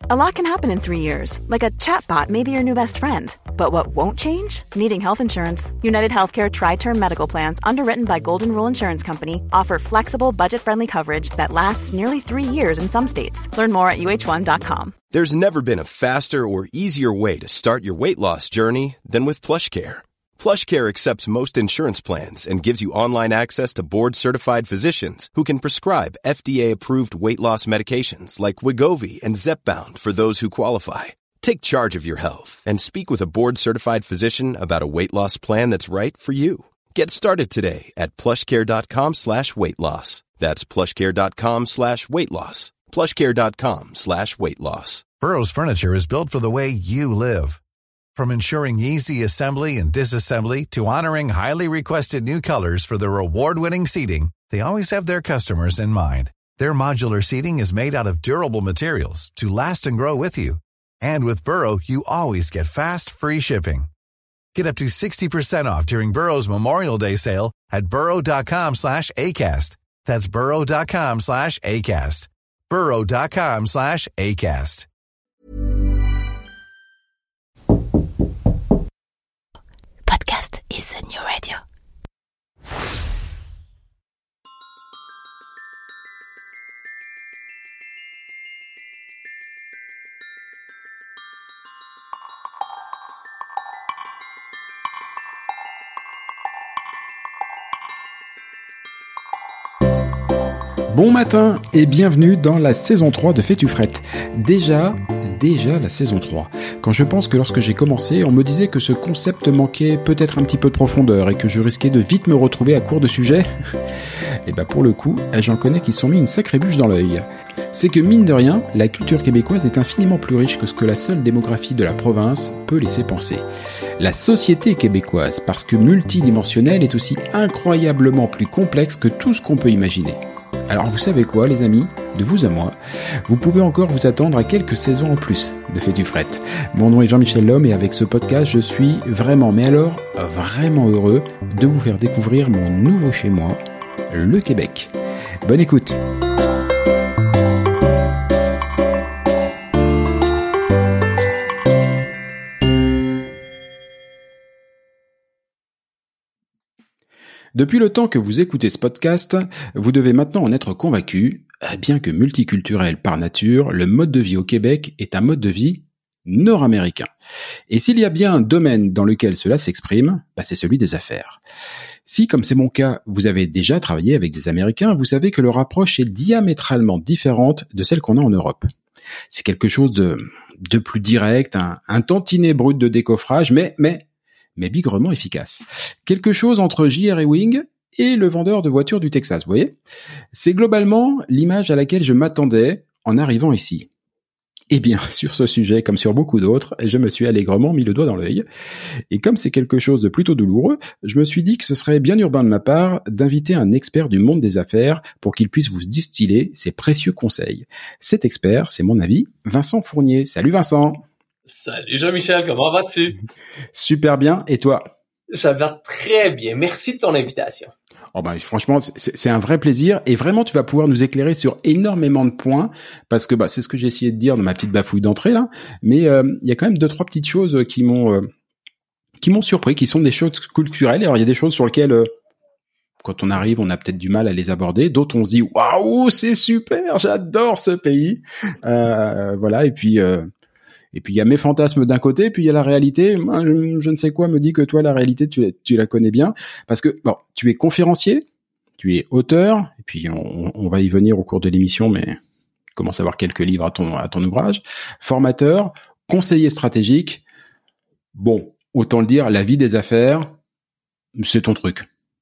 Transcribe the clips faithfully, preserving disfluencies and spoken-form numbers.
A lot can happen in three years, like a chatbot may be your new best friend. But what won't change? Needing health insurance. United Healthcare Tri-Term Medical Plans, underwritten by Golden Rule Insurance Company, offer flexible, budget-friendly coverage that lasts nearly three years in some states. Learn more at U H one dot com. There's never been a faster or easier way to start your weight loss journey than with PlushCare. PlushCare accepts most insurance plans and gives you online access to board-certified physicians who can prescribe F D A-approved weight loss medications like Wegovy and Zepbound for those who qualify. Take charge of your health and speak with a board-certified physician about a weight loss plan that's right for you. Get started today at plushcare.com slash weight loss. That's plushcare.com slash weight loss. plushcare.com slash weight loss. Burrow's furniture is built for the way you live. From ensuring easy assembly and disassembly to honoring highly requested new colors for their award-winning seating, they always have their customers in mind. Their modular seating is made out of durable materials to last and grow with you. And with Burrow, you always get fast, free shipping. Get up to sixty percent off during Burrow's Memorial Day sale at burrow.com slash ACAST. That's burrow.com slash ACAST. burrow.com slash ACAST. Podcast is the new radio. Bon matin et bienvenue dans la saison trois de Fais-tu frette. Déjà, déjà la saison trois. Quand je pense que lorsque j'ai commencé, on me disait que ce concept manquait peut-être un petit peu de profondeur et que je risquais de vite me retrouver à court de sujets, et bah pour le coup, j'en connais qui se sont mis une sacrée bûche dans l'œil. C'est que mine de rien, la culture québécoise est infiniment plus riche que ce que la seule démographie de la province peut laisser penser. La société québécoise, parce que multidimensionnelle, est aussi incroyablement plus complexe que tout ce qu'on peut imaginer. Alors vous savez quoi les amis, de vous à moi, vous pouvez encore vous attendre à quelques saisons en plus de Fais-tu frette. Mon nom est Jean-Michel Lhomme et avec ce podcast je suis vraiment, mais alors vraiment heureux de vous faire découvrir mon nouveau chez moi, le Québec. Bonne écoute. Depuis le temps que vous écoutez ce podcast, vous devez maintenant en être convaincu, bien que multiculturel par nature, le mode de vie au Québec est un mode de vie nord-américain. Et s'il y a bien un domaine dans lequel cela s'exprime, bah c'est celui des affaires. Si, comme c'est mon cas, vous avez déjà travaillé avec des Américains, vous savez que leur approche est diamétralement différente de celle qu'on a en Europe. C'est quelque chose de, de plus direct, un, un tantinet brut de décoffrage, mais, mais, mais bigrement efficace. Quelque chose entre J R Ewing et le vendeur de voitures du Texas, vous voyez ? C'est globalement l'image à laquelle je m'attendais en arrivant ici. Eh bien, sur ce sujet, comme sur beaucoup d'autres, je me suis allègrement mis le doigt dans l'œil. Et comme c'est quelque chose de plutôt douloureux, je me suis dit que ce serait bien urbain de ma part d'inviter un expert du monde des affaires pour qu'il puisse vous distiller ses précieux conseils. Cet expert, c'est mon ami, Vincent Fournier. Salut Vincent! Salut Jean-Michel, comment vas-tu? Super bien, et toi? Ça va très bien, merci de ton invitation. Oh ben, franchement, c'est, c'est un vrai plaisir, et vraiment tu vas pouvoir nous éclairer sur énormément de points, parce que bah, c'est ce que j'ai essayé de dire dans ma petite bafouille d'entrée là, mais il euh, y a quand même deux trois petites choses qui m'ont euh, qui m'ont surpris, qui sont des choses culturelles. Alors il y a des choses sur lesquelles euh, quand on arrive, on a peut-être du mal à les aborder, d'autres on se dit waouh, c'est super, j'adore ce pays, euh, voilà, et puis euh, Et puis il y a mes fantasmes d'un côté, puis il y a la réalité. Moi, je, je ne sais quoi me dit que toi, la réalité, tu, tu la connais bien, parce que bon, tu es conférencier, tu es auteur, et puis on, on va y venir au cours de l'émission, mais commence à avoir quelques livres à ton à ton ouvrage, formateur, conseiller stratégique. Bon, autant le dire, la vie des affaires, c'est ton truc.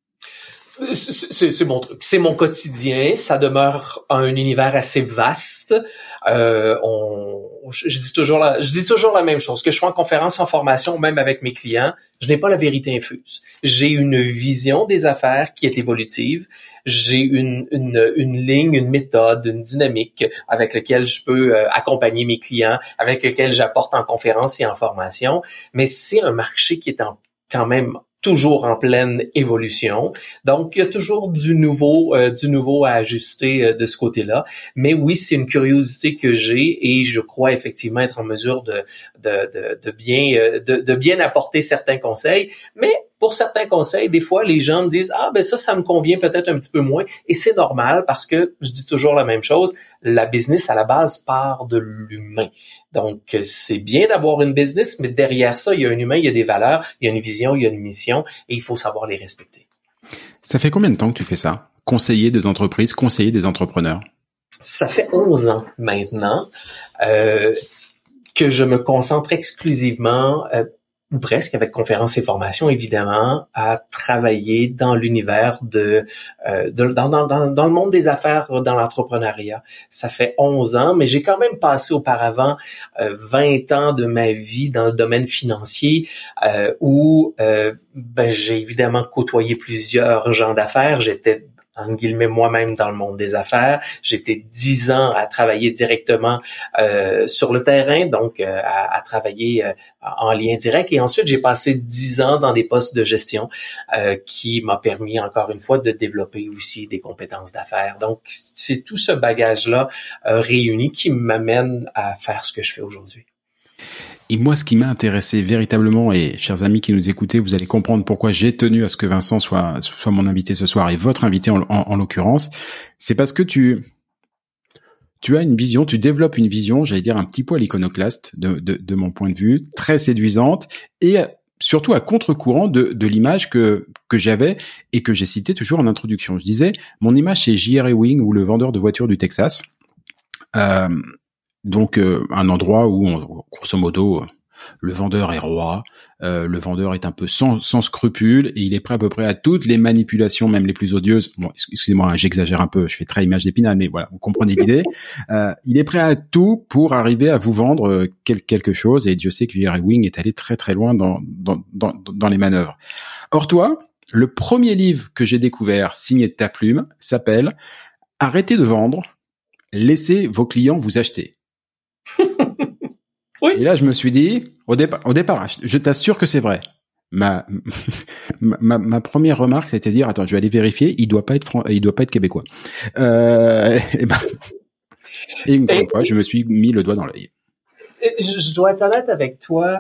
C'est, c'est, c'est mon truc, c'est mon quotidien, ça demeure un univers assez vaste. Euh, on, je, je dis toujours la, je dis toujours la même chose, que je sois en conférence, en formation, même avec mes clients, je n'ai pas la vérité infuse. J'ai une vision des affaires qui est évolutive. J'ai une, une, une ligne, une méthode, une dynamique avec laquelle je peux euh, accompagner mes clients, avec laquelle j'apporte en conférence et en formation. Mais c'est un marché qui est en, quand même toujours en pleine évolution. Donc, il y a toujours du nouveau, euh, du nouveau à ajuster euh, de ce côté-là. Mais oui, c'est une curiosité que j'ai et je crois effectivement être en mesure de, de, de, de bien, euh, de, de bien apporter certains conseils. Mais pour certains conseils, des fois, les gens me disent « Ah, ben ça, ça me convient peut-être un petit peu moins. » Et c'est normal parce que, je dis toujours la même chose, la business, à la base, part de l'humain. Donc, c'est bien d'avoir une business, mais derrière ça, il y a un humain, il y a des valeurs, il y a une vision, il y a une mission, et il faut savoir les respecter. Ça fait combien de temps que tu fais ça? Conseiller des entreprises, conseiller des entrepreneurs? Ça fait onze ans maintenant euh, que je me concentre exclusivement, euh, ou presque avec conférences et formations évidemment, à travailler dans l'univers de, euh, de dans, dans, dans, dans le monde des affaires, dans l'entrepreneuriat. Ça fait onze ans, mais j'ai quand même passé auparavant euh, vingt ans de ma vie dans le domaine financier euh, où euh, ben, j'ai évidemment côtoyé plusieurs gens d'affaires. J'étais en guillemets moi-même dans le monde des affaires. J'étais dix ans à travailler directement euh, sur le terrain, donc euh, à, à travailler euh, en lien direct. Et ensuite, j'ai passé dix ans dans des postes de gestion euh, qui m'a permis, encore une fois, de développer aussi des compétences d'affaires. Donc, c'est tout ce bagage-là euh, réuni qui m'amène à faire ce que je fais aujourd'hui. Et moi, ce qui m'a intéressé véritablement, et chers amis qui nous écoutez, vous allez comprendre pourquoi j'ai tenu à ce que Vincent soit, soit mon invité ce soir et votre invité en, en, en l'occurrence, c'est parce que tu, tu as une vision, tu développes une vision, j'allais dire un petit poil iconoclaste de, de, de mon point de vue, très séduisante et surtout à contre-courant de, de l'image que, que j'avais et que j'ai citée toujours en introduction. Je disais, mon image c'est J R Ewing ou le vendeur de voitures du Texas. Euh, Donc euh, un endroit où, on, grosso modo, le vendeur est roi, euh, le vendeur est un peu sans, sans scrupules et il est prêt à peu près à toutes les manipulations, même les plus odieuses. Bon, excusez-moi, hein, j'exagère un peu, je fais très image d'Épinal, mais voilà, vous comprenez l'idée. Euh, il est prêt à tout pour arriver à vous vendre euh, quel, quelque chose et Dieu sait que J R Ewing est allé très très loin dans, dans, dans, dans les manœuvres. Or toi, le premier livre que j'ai découvert, signé de ta plume, s'appelle « Arrêtez de vendre, laissez vos clients vous acheter ». Oui. Et là, je me suis dit, au départ, au départ, je t'assure que c'est vrai. Ma, ma, ma première remarque, c'était de dire, attends, je vais aller vérifier, il doit pas être, fran- il doit pas être québécois. Euh, et ben, et une et, fois, je me suis mis le doigt dans l'œil. Je, je dois être honnête avec toi.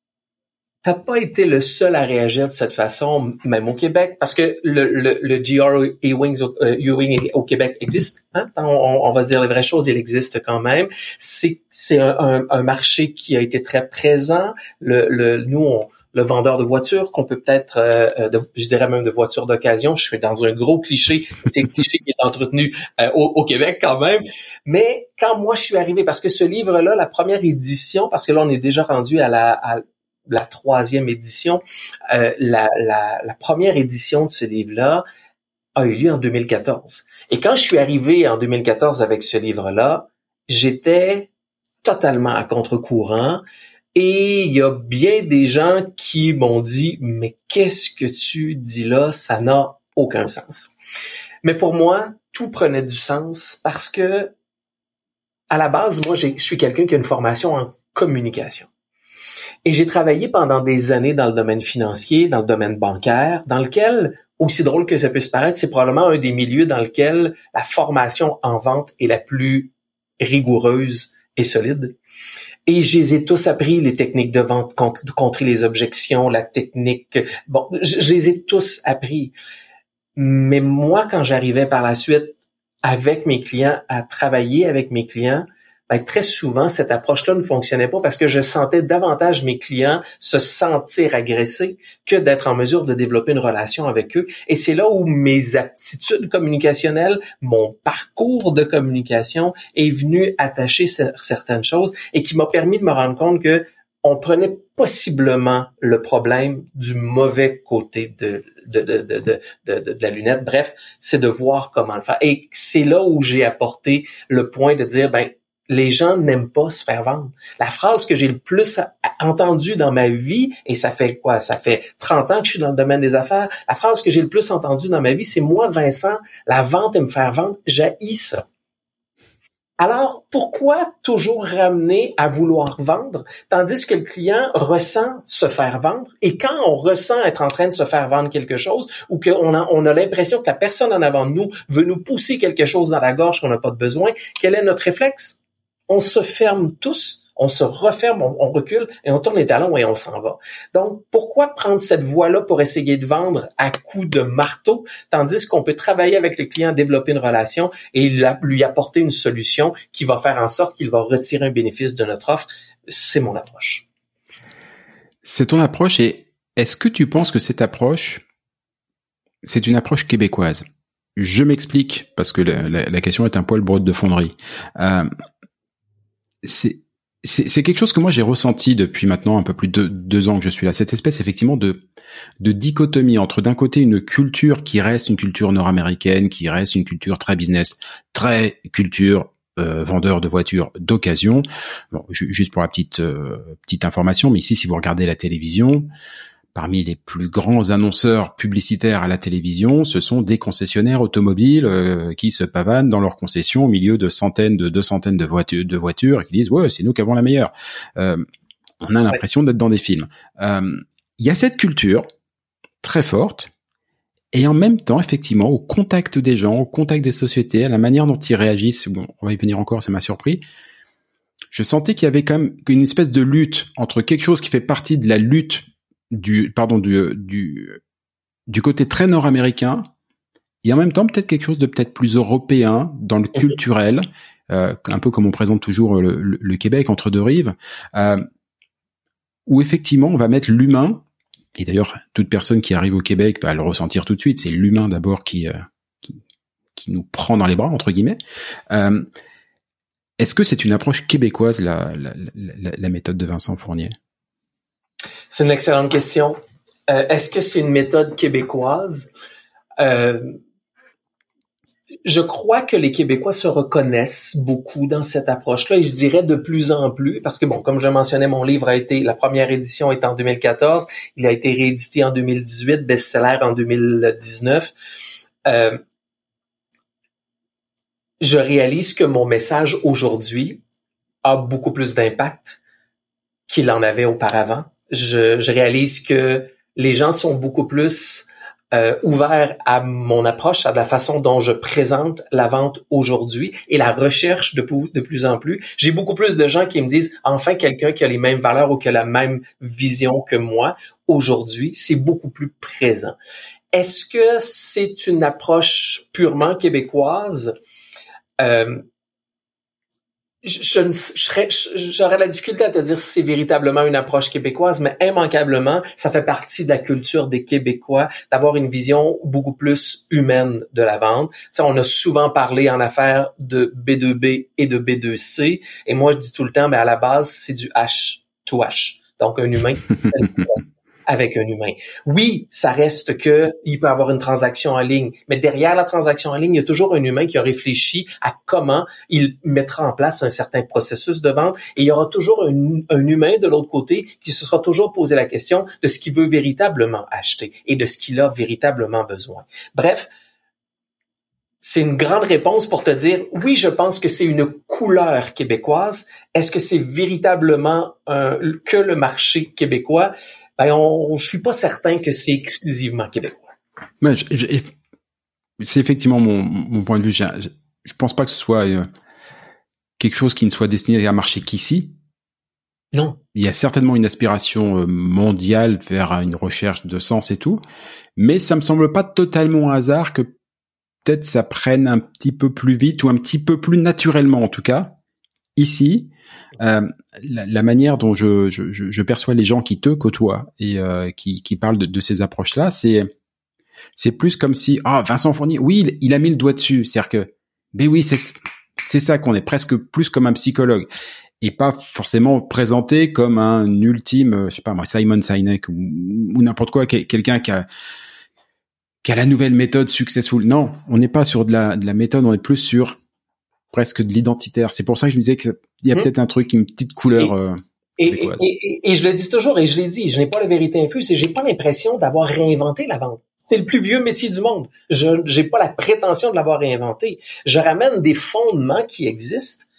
T'as pas été le seul à réagir de cette façon, même au Québec, parce que le, le, le J R Ewing euh, au Québec existe. Hein? On, on va se dire les vraies choses, il existe quand même. C'est, c'est un, un, un marché qui a été très présent. Le, le, nous, on, le vendeur de voitures, qu'on peut peut-être, euh, de, je dirais même de voitures d'occasion. Je suis dans un gros cliché. C'est un cliché qui est entretenu euh, au, au Québec quand même. Mais quand moi je suis arrivé, parce que ce livre-là, la première édition, parce que là on est déjà rendu à la à, la troisième édition, euh, la, la, la première édition de ce livre-là a eu lieu en deux mille quatorze. Et quand je suis arrivé en deux mille quatorze avec ce livre-là, j'étais totalement à contre-courant et il y a bien des gens qui m'ont dit « Mais qu'est-ce que tu dis là? Ça n'a aucun sens. » Mais pour moi, tout prenait du sens parce que, à la base, moi, j'ai, je suis quelqu'un qui a une formation en communication. Et j'ai travaillé pendant des années dans le domaine financier, dans le domaine bancaire, dans lequel, aussi drôle que ça puisse paraître, c'est probablement un des milieux dans lequel la formation en vente est la plus rigoureuse et solide. Et je les ai tous appris, les techniques de vente, contrer les objections, la technique. Bon, je, je les ai tous appris. Mais moi, quand j'arrivais par la suite avec mes clients, à travailler avec mes clients, ben, très souvent, cette approche-là ne fonctionnait pas parce que je sentais davantage mes clients se sentir agressés que d'être en mesure de développer une relation avec eux. Et c'est là où mes aptitudes communicationnelles, mon parcours de communication est venu attacher certaines choses et qui m'a permis de me rendre compte que on prenait possiblement le problème du mauvais côté de de de de de, de, de la lunette. Bref, c'est de voir comment le faire. Et c'est là où j'ai apporté le point de dire, ben, les gens n'aiment pas se faire vendre. La phrase que j'ai le plus entendue dans ma vie, et ça fait quoi? Ça fait trente ans que je suis dans le domaine des affaires. La phrase que j'ai le plus entendue dans ma vie, c'est « Moi, Vincent, la vente et me faire vendre, j'haïs ça. » Alors, pourquoi toujours ramener à vouloir vendre, tandis que le client ressent se faire vendre? Et quand on ressent être en train de se faire vendre quelque chose, ou qu'on a, on a l'impression que la personne en avant de nous veut nous pousser quelque chose dans la gorge qu'on n'a pas de besoin, quel est notre réflexe? On se ferme tous, on se referme, on, on recule et on tourne les talons et on s'en va. Donc, pourquoi prendre cette voie-là pour essayer de vendre à coups de marteau, tandis qu'on peut travailler avec le client, développer une relation et lui apporter une solution qui va faire en sorte qu'il va retirer un bénéfice de notre offre? C'est mon approche. C'est ton approche, et est-ce que tu penses que cette approche, c'est une approche québécoise? Je m'explique, parce que la, la, la question est un poil brode de fonderie. Euh, c'est C'est, c'est quelque chose que moi j'ai ressenti depuis maintenant un peu plus de deux ans que je suis là. Cette espèce effectivement de de dichotomie entre d'un côté une culture qui reste une culture nord-américaine, qui reste une culture très business, très culture euh, vendeur de voitures d'occasion. Bon, juste pour la petite euh, petite information, mais ici si vous regardez la télévision, parmi les plus grands annonceurs publicitaires à la télévision, ce sont des concessionnaires automobiles euh, qui se pavanent dans leurs concessions au milieu de centaines, de deux centaines de voitures, de voitures et qui disent « ouais, c'est nous qui avons la meilleure euh, ». On a l'impression d'être dans des films. Il euh, y a cette culture très forte et en même temps, effectivement, au contact des gens, au contact des sociétés, à la manière dont ils réagissent, bon, on va y venir encore, ça m'a surpris, je sentais qu'il y avait quand même une espèce de lutte entre quelque chose qui fait partie de la lutte du pardon du du du côté très nord-américain et en même temps peut-être quelque chose de peut-être plus européen dans le culturel, euh, un peu comme on présente toujours le, le, le Québec entre deux rives, euh, où effectivement on va mettre l'humain, et d'ailleurs toute personne qui arrive au Québec va le ressentir tout de suite, c'est l'humain d'abord qui euh, qui, qui nous prend dans les bras entre guillemets. Euh, est-ce que c'est une approche québécoise la la, la, la méthode de Vincent Fournier? C'est une excellente question. Euh, est-ce que c'est une méthode québécoise? Euh, je crois que les Québécois se reconnaissent beaucoup dans cette approche-là et je dirais de plus en plus parce que, bon, comme je mentionnais, mon livre a été, la première édition est en deux mille quatorze, il a été réédité en deux mille dix-huit, best-seller en deux mille dix-neuf. Euh, je réalise que mon message aujourd'hui a beaucoup plus d'impact qu'il en avait auparavant. Je, je réalise que les gens sont beaucoup plus euh, ouverts à mon approche, à la façon dont je présente la vente aujourd'hui et la recherche de, de plus en plus. J'ai beaucoup plus de gens qui me disent enfin quelqu'un qui a les mêmes valeurs ou qui a la même vision que moi. Aujourd'hui, c'est beaucoup plus présent. Est-ce que c'est une approche purement québécoise? Euh, Je, je, je serais, j'aurais la difficulté à te dire si c'est véritablement une approche québécoise, mais immanquablement, ça fait partie de la culture des Québécois d'avoir une vision beaucoup plus humaine de la vente. Tu sais, on a souvent parlé en affaires de B deux B et de B deux C, et moi je dis tout le temps, mais à la base, c'est du H to H, donc un humain avec un humain. Oui, ça reste que il peut avoir une transaction en ligne, mais derrière la transaction en ligne, il y a toujours un humain qui a réfléchi à comment il mettra en place un certain processus de vente et il y aura toujours un, un humain de l'autre côté qui se sera toujours posé la question de ce qu'il veut véritablement acheter et de ce qu'il a véritablement besoin. Bref, c'est une grande réponse pour te dire, oui, je pense que c'est une couleur québécoise. Est-ce que c'est véritablement un, que le marché québécois? Ben, on, je suis pas certain que c'est exclusivement québécois. Mais je, je, c'est effectivement mon, mon point de vue. Je, je, je pense pas que ce soit euh, quelque chose qui ne soit destiné à marcher qu'ici. Non. Il y a certainement une aspiration euh, mondiale vers une recherche de sens et tout, mais ça me semble pas totalement un hasard que peut-être ça prenne un petit peu plus vite ou un petit peu plus naturellement en tout cas ici. Euh, la, la manière dont je, je, je perçois les gens qui te côtoient et euh, qui, qui parlent de, de ces approches-là, c'est c'est plus comme si ah Vincent Fournier, oui, il, il a mis le doigt dessus, c'est-à-dire que ben oui, c'est c'est ça qu'on est presque plus comme un psychologue et pas forcément présenté comme un ultime, je sais pas moi, Simon Sinek ou, ou n'importe quoi, quelqu'un qui a qui a la nouvelle méthode successful. Non, on n'est pas sur de la de la méthode, on est plus sur presque de l'identitaire. C'est pour ça que je me disais qu'il y a mmh. peut-être un truc, une petite couleur. Euh, et, et, et, et, et je le dis toujours, et je l'ai dit, je n'ai pas la vérité infuse, et j'ai pas l'impression d'avoir réinventé la vente. C'est le plus vieux métier du monde. Je j'ai pas la prétention de l'avoir réinventé. Je ramène des fondements qui existent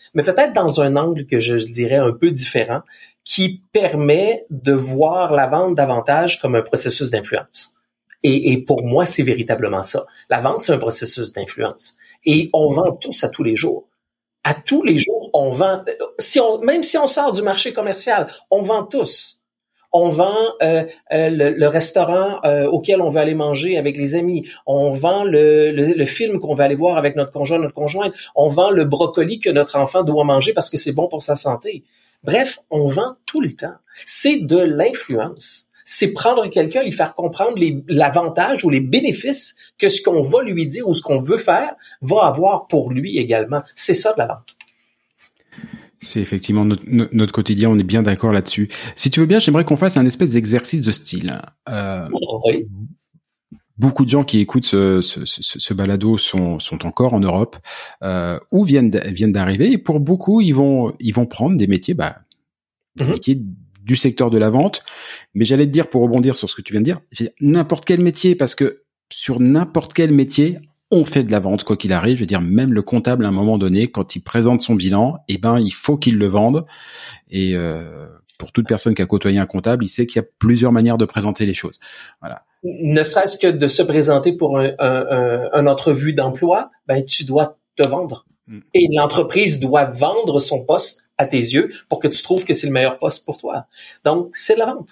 mais peut-être dans un angle que je, je dirais un peu différent, qui permet de voir la vente davantage comme un processus d'influence. Et, et pour moi, c'est véritablement ça. La vente, c'est un processus d'influence. Et on vend tous à tous les jours. À tous les jours, on vend. Si on, même si on sort du marché commercial, on vend tous. On vend euh, euh, le, le restaurant euh, auquel on veut aller manger avec les amis. On vend le, le, le film qu'on va aller voir avec notre conjoint, notre conjointe. On vend le brocoli que notre enfant doit manger parce que c'est bon pour sa santé. Bref, on vend tout le temps. C'est de l'influence. C'est prendre quelqu'un, lui faire comprendre les, l'avantage ou les bénéfices que ce qu'on va lui dire ou ce qu'on veut faire va avoir pour lui également. C'est ça de la vente. C'est effectivement notre, notre quotidien, on est bien d'accord là-dessus. Si tu veux bien, j'aimerais qu'on fasse un espèce d'exercice de style. Euh, oui. Beaucoup de gens qui écoutent ce, ce, ce, ce balado sont, sont encore en Europe euh, ou viennent, viennent d'arriver. Et pour beaucoup, ils vont, ils vont prendre des métiers, bah, des mm-hmm. métiers du secteur de la vente, mais j'allais te dire, pour rebondir sur ce que tu viens de dire, n'importe quel métier, parce que sur n'importe quel métier, on fait de la vente, quoi qu'il arrive. Je veux dire, même le comptable, à un moment donné, quand il présente son bilan, eh ben, il faut qu'il le vende. Et euh, pour toute personne qui a côtoyé un comptable, il sait qu'il y a plusieurs manières de présenter les choses. Voilà. Ne serait-ce que de se présenter pour un, un, un, un entrevue d'emploi, ben, tu dois te vendre. Mm. Et l'entreprise doit vendre son poste à tes yeux pour que tu trouves que c'est le meilleur poste pour toi. Donc, c'est de la vente.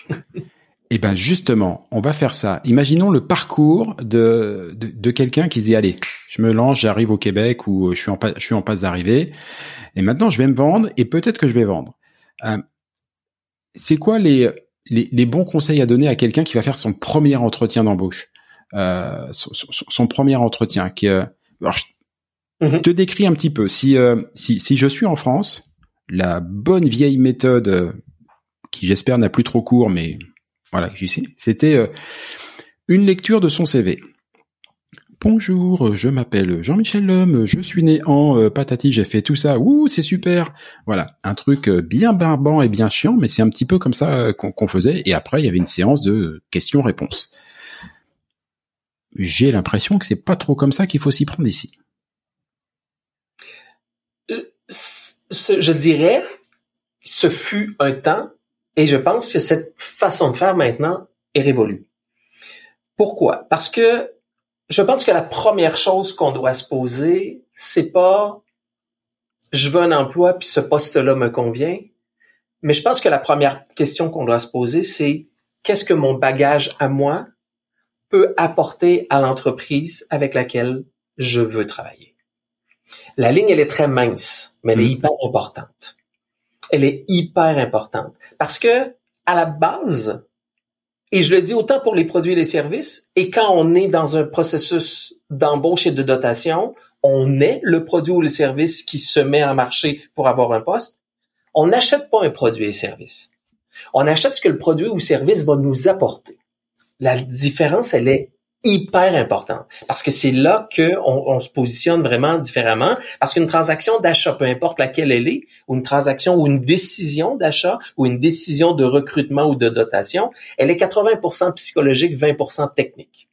Eh ben, justement, on va faire ça. Imaginons le parcours de, de, de quelqu'un qui se dit, allez, je me lance, j'arrive au Québec ou je suis en, je suis en passe d'arrivée. Et maintenant, je vais me vendre et peut-être que je vais vendre. Euh, c'est quoi les, les, les bons conseils à donner à quelqu'un qui va faire son premier entretien d'embauche? Euh, son, son, son premier entretien qui, euh, alors, je mm-hmm. te décris un petit peu. Si, euh, si, si je suis en France, la bonne vieille méthode, euh, qui j'espère n'a plus trop cours, mais voilà, j'y sais, c'était euh, une lecture de son C V. Bonjour, je m'appelle Jean-Michel Lhomme, je suis né en euh, patati, j'ai fait tout ça, ouh, c'est super. Voilà, un truc bien barbant et bien chiant, mais c'est un petit peu comme ça euh, qu'on, qu'on faisait. Et après, il y avait une séance de questions-réponses. J'ai l'impression que c'est pas trop comme ça qu'il faut s'y prendre ici. Ce, je dirais, ce fut un temps, et je pense que cette façon de faire maintenant est révolue. Pourquoi? Parce que je pense que la première chose qu'on doit se poser, c'est pas « je veux un emploi puis ce poste-là me convient », mais je pense que la première question qu'on doit se poser, c'est « qu'est-ce que mon bagage à moi peut apporter à l'entreprise avec laquelle je veux travailler ». La ligne, elle est très mince, mais elle est hyper importante. Elle est hyper importante parce que, à la base, et je le dis autant pour les produits et les services, et quand on est dans un processus d'embauche et de dotation, on est le produit ou le service qui se met en marché pour avoir un poste. On n'achète pas un produit et service. On achète ce que le produit ou service va nous apporter. La différence, elle est hyper important parce que c'est là que on, on se positionne vraiment différemment parce qu'une transaction d'achat, peu importe laquelle elle est, ou une transaction ou une décision d'achat ou une décision de recrutement ou de dotation, elle est quatre-vingts pour cent psychologique, vingt pour cent technique.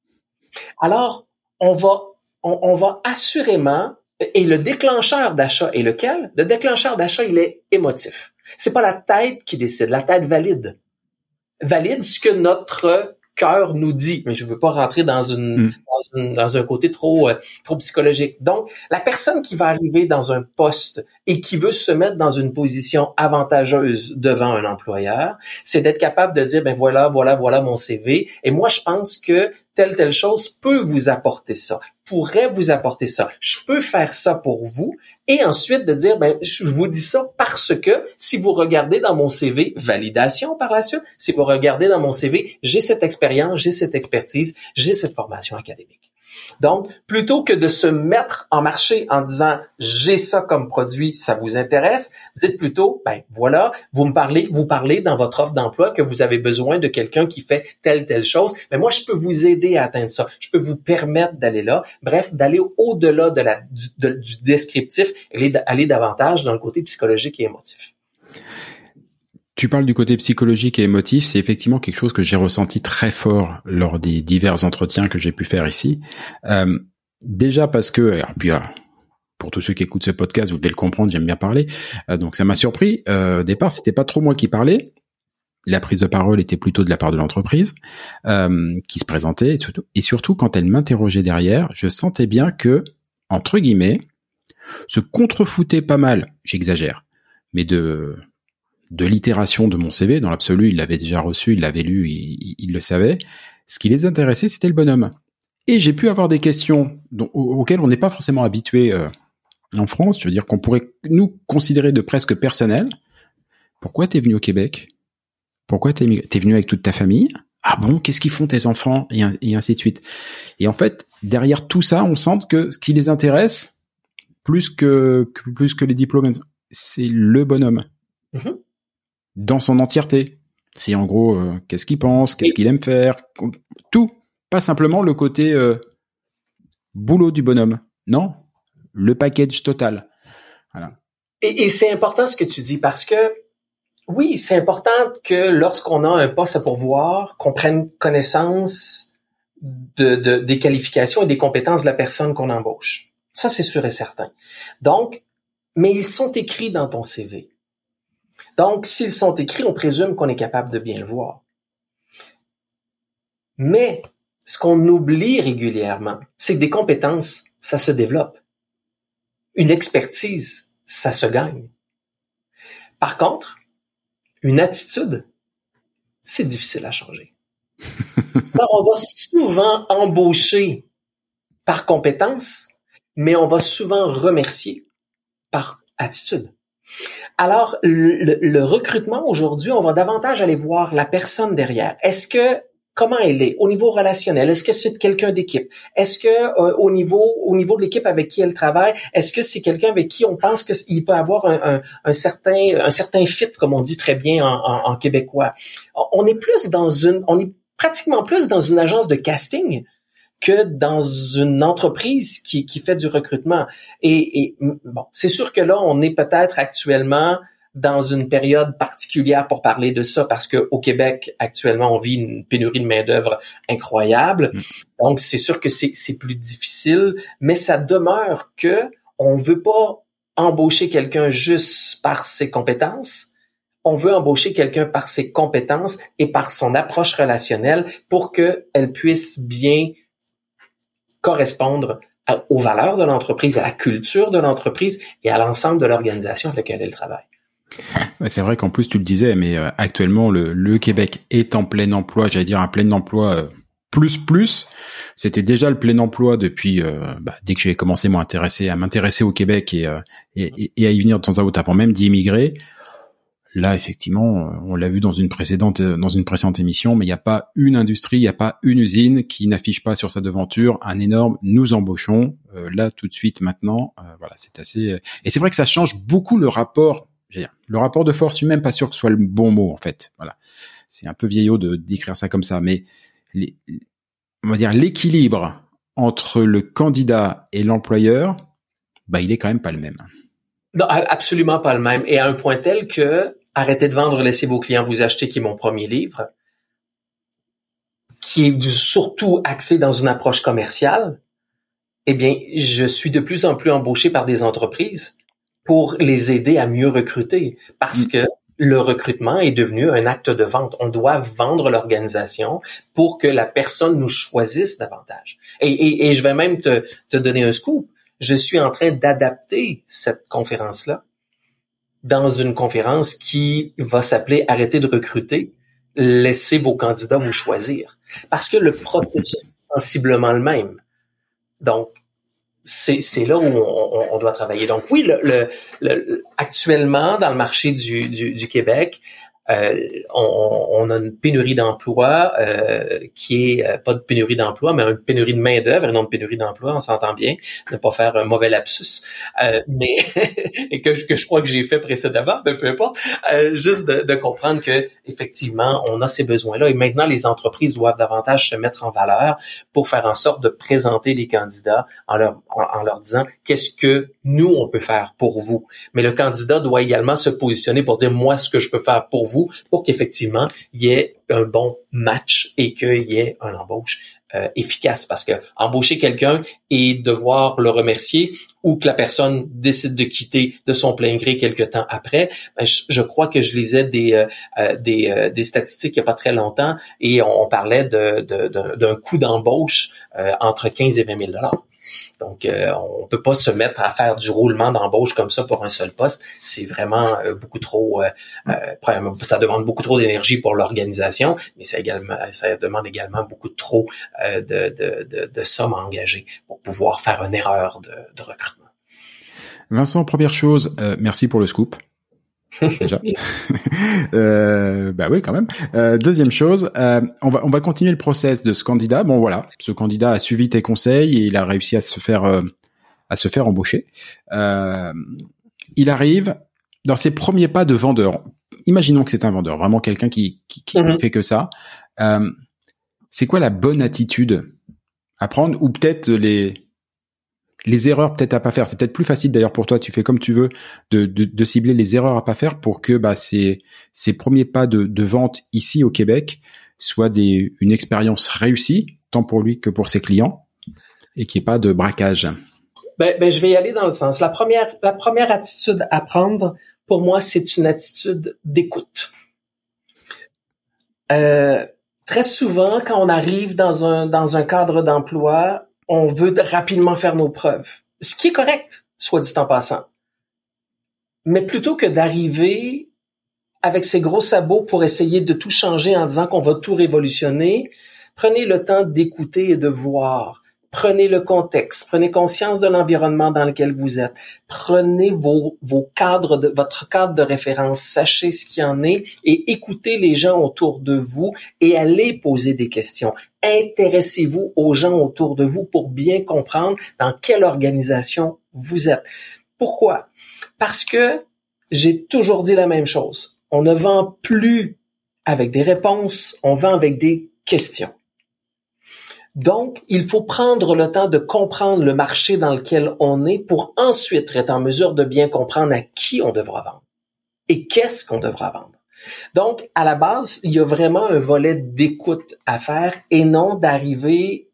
Alors, on va on, on va assurément, et le déclencheur d'achat est lequel? Le déclencheur d'achat, il est émotif. C'est pas la tête qui décide, la tête valide. Valide ce que notre cœur nous dit, mais je veux pas rentrer dans une, mm. dans, une dans un côté trop euh, trop psychologique. Donc, la personne qui va arriver dans un poste et qui veut se mettre dans une position avantageuse devant un employeur, c'est d'être capable de dire ben voilà, voilà, voilà mon C V et moi je pense que telle telle chose peut vous apporter ça, pourrait vous apporter ça. Je peux faire ça pour vous et ensuite de dire ben je vous dis ça parce que si vous regardez dans mon C V, validation par la suite, si vous regardez dans mon C V, j'ai cette expérience, j'ai cette expertise, j'ai cette formation académique. Donc, plutôt que de se mettre en marché en disant « j'ai ça comme produit, ça vous intéresse », dites plutôt « ben voilà, vous me parlez, vous parlez dans votre offre d'emploi que vous avez besoin de quelqu'un qui fait telle, telle chose. Mais moi, je peux vous aider à atteindre ça. Je peux vous permettre d'aller là. Bref, d'aller au-delà de la, du, de, du descriptif et aller davantage dans le côté psychologique et émotif. » Tu parles du côté psychologique et émotif, c'est effectivement quelque chose que j'ai ressenti très fort lors des divers entretiens que j'ai pu faire ici. Euh, déjà parce que, et puis, euh, pour tous ceux qui écoutent ce podcast, vous devez le comprendre, j'aime bien parler. Euh, donc ça m'a surpris. Euh, au départ, c'était pas trop moi qui parlais. La prise de parole était plutôt de la part de l'entreprise euh, qui se présentait. Et surtout, et surtout, quand elle m'interrogeait derrière, je sentais bien que, entre guillemets, se contrefoutait pas mal, j'exagère, mais de de l'itération de mon C V. Dans l'absolu, il l'avait déjà reçu, il l'avait lu, il, il, il le savait. Ce qui les intéressait, c'était le bonhomme. Et j'ai pu avoir des questions dont, auxquelles on n'est pas forcément habitué euh, en France. Je veux dire qu'on pourrait nous considérer de presque personnel. Pourquoi t'es venu au Québec ? Pourquoi t'es, t'es venu avec toute ta famille ? Ah bon, qu'est-ce qu'ils font tes enfants ? et, et ainsi de suite. Et en fait, derrière tout ça, on sent que ce qui les intéresse, plus que, que plus que les diplômes, c'est le bonhomme. Mm-hmm. Dans son entièreté. C'est en gros, euh, qu'est-ce qu'il pense, qu'est-ce et... qu'il aime faire, tout. Pas simplement le côté euh, boulot du bonhomme. Non, le package total. Voilà. Et, et c'est important ce que tu dis parce que, oui, c'est important que lorsqu'on a un poste à pourvoir, qu'on prenne connaissance de, de, des qualifications et des compétences de la personne qu'on embauche. Ça, c'est sûr et certain. Donc, mais ils sont écrits dans ton C V. Donc, s'ils sont écrits, on présume qu'on est capable de bien le voir. Mais, ce qu'on oublie régulièrement, c'est que des compétences, ça se développe. Une expertise, ça se gagne. Par contre, une attitude, c'est difficile à changer. Alors, on va souvent embaucher par compétence, mais on va souvent remercier par attitude. Alors, le, le recrutement aujourd'hui, on va davantage aller voir la personne derrière. Est-ce que comment elle est au niveau relationnel? Est-ce que c'est quelqu'un d'équipe? Est-ce que euh, au niveau au niveau de l'équipe avec qui elle travaille, est-ce que c'est quelqu'un avec qui on pense qu'il peut avoir un, un, un certain un certain fit, comme on dit très bien en, en, en québécois? On est plus dans une, on est pratiquement plus dans une agence de casting que dans une entreprise qui, qui fait du recrutement. Et, et bon, c'est sûr que là, on est peut-être actuellement dans une période particulière pour parler de ça, parce que au Québec, actuellement, on vit une pénurie de main-d'œuvre incroyable. Donc, c'est sûr que c'est, c'est plus difficile, mais ça demeure que on veut pas embaucher quelqu'un juste par ses compétences. On veut embaucher quelqu'un par ses compétences et par son approche relationnelle pour qu'elle puisse bien correspondre à, aux valeurs de l'entreprise, à la culture de l'entreprise et à l'ensemble de l'organisation avec laquelle elle travaille. C'est vrai qu'en plus tu le disais, mais euh, actuellement le, le Québec est en plein emploi, j'allais dire un plein emploi euh, plus plus. C'était déjà le plein emploi depuis euh, bah, dès que j'ai commencé moi, intéresser, à m'intéresser au Québec et, euh, et, et à y venir de temps à autre avant même d'y immigrer. Là, effectivement, on l'a vu dans une précédente dans une précédente émission, mais il n'y a pas une industrie, il n'y a pas une usine qui n'affiche pas sur sa devanture un énorme « nous embauchons euh, » là tout de suite maintenant. Euh, voilà, c'est assez. Et c'est vrai que ça change beaucoup le rapport. Je veux dire, le rapport de force, je suis même pas sûr que ce soit le bon mot en fait. Voilà, c'est un peu vieillot de décrire ça comme ça, mais les, on va dire l'équilibre entre le candidat et l'employeur, bah il est quand même pas le même. Non, absolument pas le même. Et à un point tel que Arrêtez de vendre, laissez vos clients vous acheter, qui est mon premier livre, qui est du, surtout axé dans une approche commerciale, eh bien, je suis de plus en plus embauché par des entreprises pour les aider à mieux recruter, parce mmh. que le recrutement est devenu un acte de vente. On doit vendre l'organisation pour que la personne nous choisisse davantage. Et, et, et je vais même te, te donner un scoop. Je suis en train d'adapter cette conférence-là dans une conférence qui va s'appeler « Arrêtez de recruter, laissez vos candidats vous choisir ». Parce que le processus est sensiblement le même. Donc, c'est, c'est là où on, on doit travailler. Donc oui, le, le, le, actuellement, dans le marché du, du, du Québec, euh, on, on a une pénurie d'emploi euh, qui est euh, pas de pénurie d'emploi, mais une pénurie de main d'œuvre et non de pénurie d'emploi. On s'entend bien, ne pas faire un mauvais lapsus, euh, mais et que, que je crois que j'ai fait précédemment, mais peu importe. Euh, juste de, de comprendre que effectivement, on a ces besoins-là et maintenant les entreprises doivent davantage se mettre en valeur pour faire en sorte de présenter les candidats en leur en, en leur disant qu'est-ce que nous on peut faire pour vous. Mais le candidat doit également se positionner pour dire moi ce que je peux faire pour vous, pour qu'effectivement il y ait un bon match et qu'il y ait un embauche euh, efficace, parce que embaucher quelqu'un et devoir le remercier ou que la personne décide de quitter de son plein gré quelque temps après, ben, je, je crois que je lisais des euh, des, euh, des statistiques il n'y a pas très longtemps et on, on parlait de, de, de, d'un coût d'embauche euh, entre quinze et vingt mille dollars. Donc, euh, on peut pas se mettre à faire du roulement d'embauche comme ça pour un seul poste. C'est vraiment euh, beaucoup trop. Euh, euh, ça demande beaucoup trop d'énergie pour l'organisation, mais ça également, ça demande également beaucoup trop euh, de, de, de, de sommes engagées pour pouvoir faire une erreur de, de recrutement. Vincent, première chose, euh, merci pour le scoop. Déjà. euh, bah oui, quand même. Euh, deuxième chose, euh, on va on va continuer le process de ce candidat. Bon voilà, ce candidat a suivi tes conseils et il a réussi à se faire euh, à se faire embaucher. Euh, il arrive dans ses premiers pas de vendeur. Imaginons que c'est un vendeur, vraiment quelqu'un qui qui, qui mm-hmm. fait que ça. Euh, c'est quoi la bonne attitude à prendre, ou peut-être les les erreurs peut-être à pas faire? C'est peut-être plus facile d'ailleurs pour toi, tu fais comme tu veux, de, de, de cibler les erreurs à pas faire pour que bah ces ces premiers pas de, de vente ici au Québec soient des une expérience réussie tant pour lui que pour ses clients et qu'il n'y ait pas de braquage. Ben, ben je vais y aller dans le sens. La première la première attitude à prendre pour moi, c'est une attitude d'écoute. Euh, très souvent, quand on arrive dans un dans un cadre d'emploi, on veut rapidement faire nos preuves, ce qui est correct, soit dit en passant. Mais plutôt que d'arriver avec ses gros sabots pour essayer de tout changer en disant qu'on va tout révolutionner, prenez le temps d'écouter et de voir. Prenez le contexte, prenez conscience de l'environnement dans lequel vous êtes. Prenez vos, vos cadres de, votre cadre de référence, sachez ce qu'il y en est et écoutez les gens autour de vous et allez poser des questions. Intéressez-vous aux gens autour de vous pour bien comprendre dans quelle organisation vous êtes. Pourquoi? Parce que j'ai toujours dit la même chose. On ne vend plus avec des réponses, on vend avec des questions. Donc, il faut prendre le temps de comprendre le marché dans lequel on est pour ensuite être en mesure de bien comprendre à qui on devra vendre et qu'est-ce qu'on devra vendre. Donc, à la base, il y a vraiment un volet d'écoute à faire et non d'arriver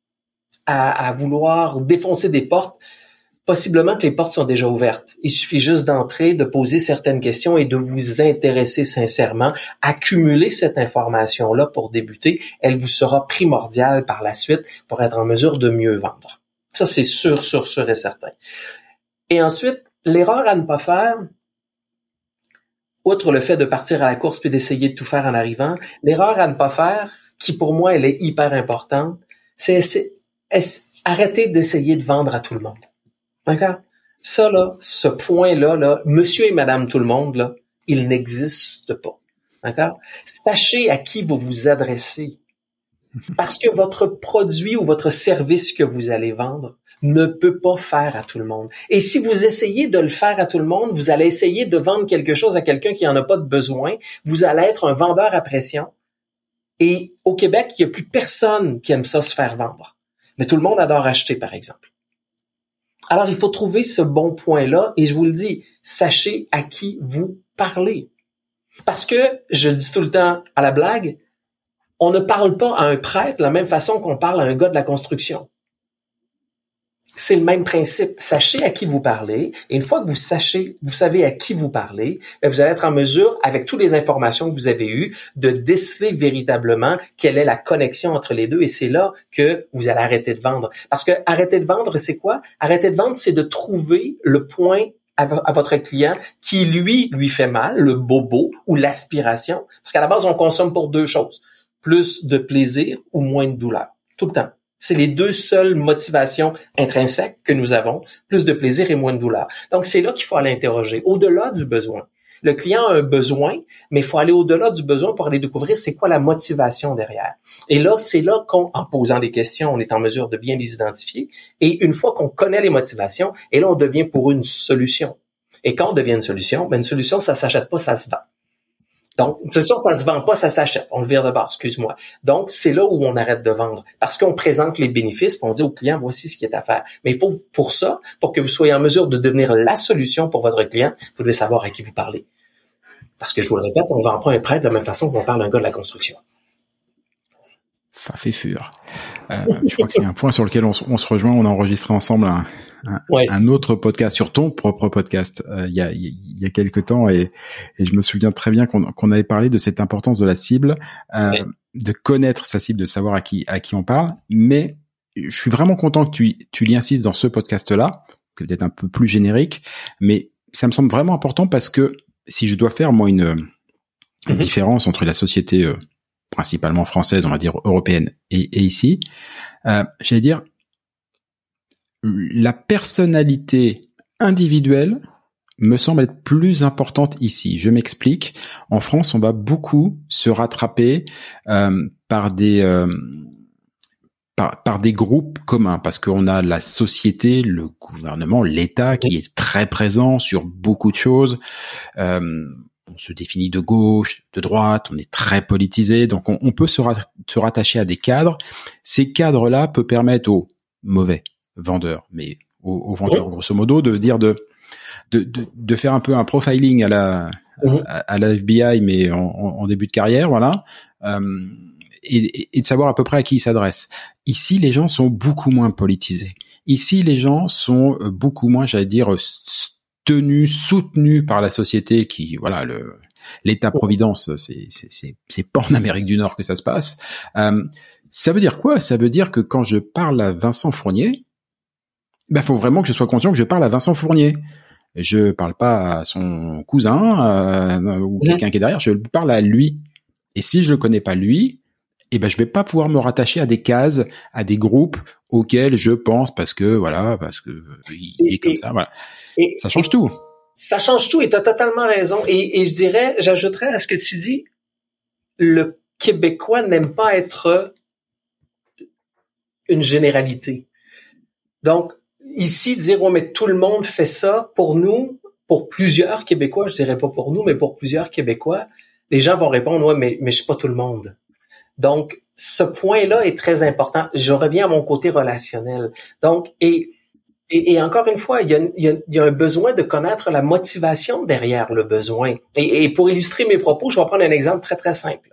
à, à vouloir défoncer des portes. Possiblement que les portes sont déjà ouvertes. Il suffit juste d'entrer, de poser certaines questions et de vous intéresser sincèrement. Accumuler cette information-là pour débuter, elle vous sera primordiale par la suite pour être en mesure de mieux vendre. Ça, c'est sûr, sûr, sûr et certain. Et ensuite, l'erreur à ne pas faire, outre le fait de partir à la course puis d'essayer de tout faire en arrivant, l'erreur à ne pas faire, qui pour moi, elle est hyper importante, c'est, c'est, c'est arrêter d'essayer de vendre à tout le monde. D'accord? Ça, là, ce point-là, là, monsieur et madame tout le monde, là, il n'existe pas. D'accord? Sachez à qui vous vous adressez. Parce que votre produit ou votre service que vous allez vendre ne peut pas faire à tout le monde. Et si vous essayez de le faire à tout le monde, vous allez essayer de vendre quelque chose à quelqu'un qui en a pas de besoin. Vous allez être un vendeur à pression. Et au Québec, il n'y a plus personne qui aime ça se faire vendre. Mais tout le monde adore acheter, par exemple. Alors, il faut trouver ce bon point-là et je vous le dis, sachez à qui vous parlez. Parce que, je le dis tout le temps à la blague, on ne parle pas à un prêtre de la même façon qu'on parle à un gars de la construction. C'est le même principe. Sachez à qui vous parlez et une fois que vous sachez, vous savez à qui vous parlez, bien, vous allez être en mesure, avec toutes les informations que vous avez eues, de déceler véritablement quelle est la connexion entre les deux et c'est là que vous allez arrêter de vendre. Parce que arrêter de vendre, c'est quoi? Arrêter de vendre, c'est de trouver le point à, v- à votre client qui, lui, lui fait mal, le bobo ou l'aspiration. Parce qu'à la base, on consomme pour deux choses. Plus de plaisir ou moins de douleur. Tout le temps. C'est les deux seules motivations intrinsèques que nous avons, plus de plaisir et moins de douleur. Donc, c'est là qu'il faut aller interroger, au-delà du besoin. Le client a un besoin, mais il faut aller au-delà du besoin pour aller découvrir c'est quoi la motivation derrière. Et là, c'est là qu'en posant des questions, on est en mesure de bien les identifier. Et une fois qu'on connaît les motivations, et là, on devient pour une solution. Et quand on devient une solution, ben une solution, ça s'achète pas, ça se vend. Donc, c'est sûr, ça se vend pas, ça s'achète. On le vire de bord, excuse-moi. Donc, c'est là où on arrête de vendre. Parce qu'on présente les bénéfices, puis on dit au client, voici ce qui est à faire. Mais il faut, pour ça, pour que vous soyez en mesure de devenir la solution pour votre client, vous devez savoir à qui vous parlez. Parce que, je vous le répète, on ne vend pas un prêtre de la même façon qu'on parle à un gars de la construction. Fa fait fur. Euh, je crois que c'est un point sur lequel on, on se rejoint. On a enregistré ensemble un, un, ouais. un autre podcast sur ton propre podcast euh, il y a il y a quelques temps et, et je me souviens très bien qu'on, qu'on avait parlé de cette importance de la cible, euh, ouais. de connaître sa cible, de savoir à qui à qui on parle. Mais je suis vraiment content que tu tu l'y insistes dans ce podcast-là, que peut-être un peu plus générique, mais ça me semble vraiment important parce que si je dois faire moi une, une mm-hmm. différence entre la société euh, principalement française, on va dire européenne, et, et ici, euh, j'allais dire, la personnalité individuelle me semble être plus importante ici. Je m'explique. En France, on va beaucoup se rattraper euh, par des euh, par, par des groupes communs, parce qu'on a la société, le gouvernement, l'État qui est très présent sur beaucoup de choses. Euh, on se définit de gauche, de droite, on est très politisé, donc on, on peut se, rat- se rattacher à des cadres. Ces cadres-là peuvent permettre aux mauvais vendeurs, mais aux, aux vendeurs grosso modo, de dire de, de de de faire un peu un profiling à la à, à la F B I, mais en, en début de carrière, voilà, euh, et, et de savoir à peu près à qui ils s'adressent. Ici, les gens sont beaucoup moins politisés. Ici, les gens sont beaucoup moins, j'allais dire, tenus, soutenus par la société qui, voilà, le l'État-providence, c'est, c'est, c'est, c'est pas en Amérique du Nord que ça se passe. Euh, ça veut dire quoi? Ça veut dire que quand je parle à Vincent Fournier, ben, faut vraiment que je sois conscient que je parle à Vincent Fournier. Je parle pas à son cousin, euh, ou mmh. quelqu'un qui est derrière, je parle à lui. Et si je le connais pas lui, eh ben, je vais pas pouvoir me rattacher à des cases, à des groupes auxquels je pense parce que, voilà, parce que il est comme et, ça, voilà. Et, ça change et, tout. Ça change tout et tu as totalement raison. Et, et je dirais, j'ajouterais à ce que tu dis, le Québécois n'aime pas être une généralité. Donc, ici, dire, ouais, mais tout le monde fait ça, pour nous, pour plusieurs Québécois, je dirais pas pour nous, mais pour plusieurs Québécois, les gens vont répondre, ouais, mais, mais je suis pas tout le monde. Donc, ce point-là est très important. Je reviens à mon côté relationnel. Donc, et, et, et encore une fois, il y a, il y a, il y a un besoin de connaître la motivation derrière le besoin. Et, et pour illustrer mes propos, je vais prendre un exemple très, très simple.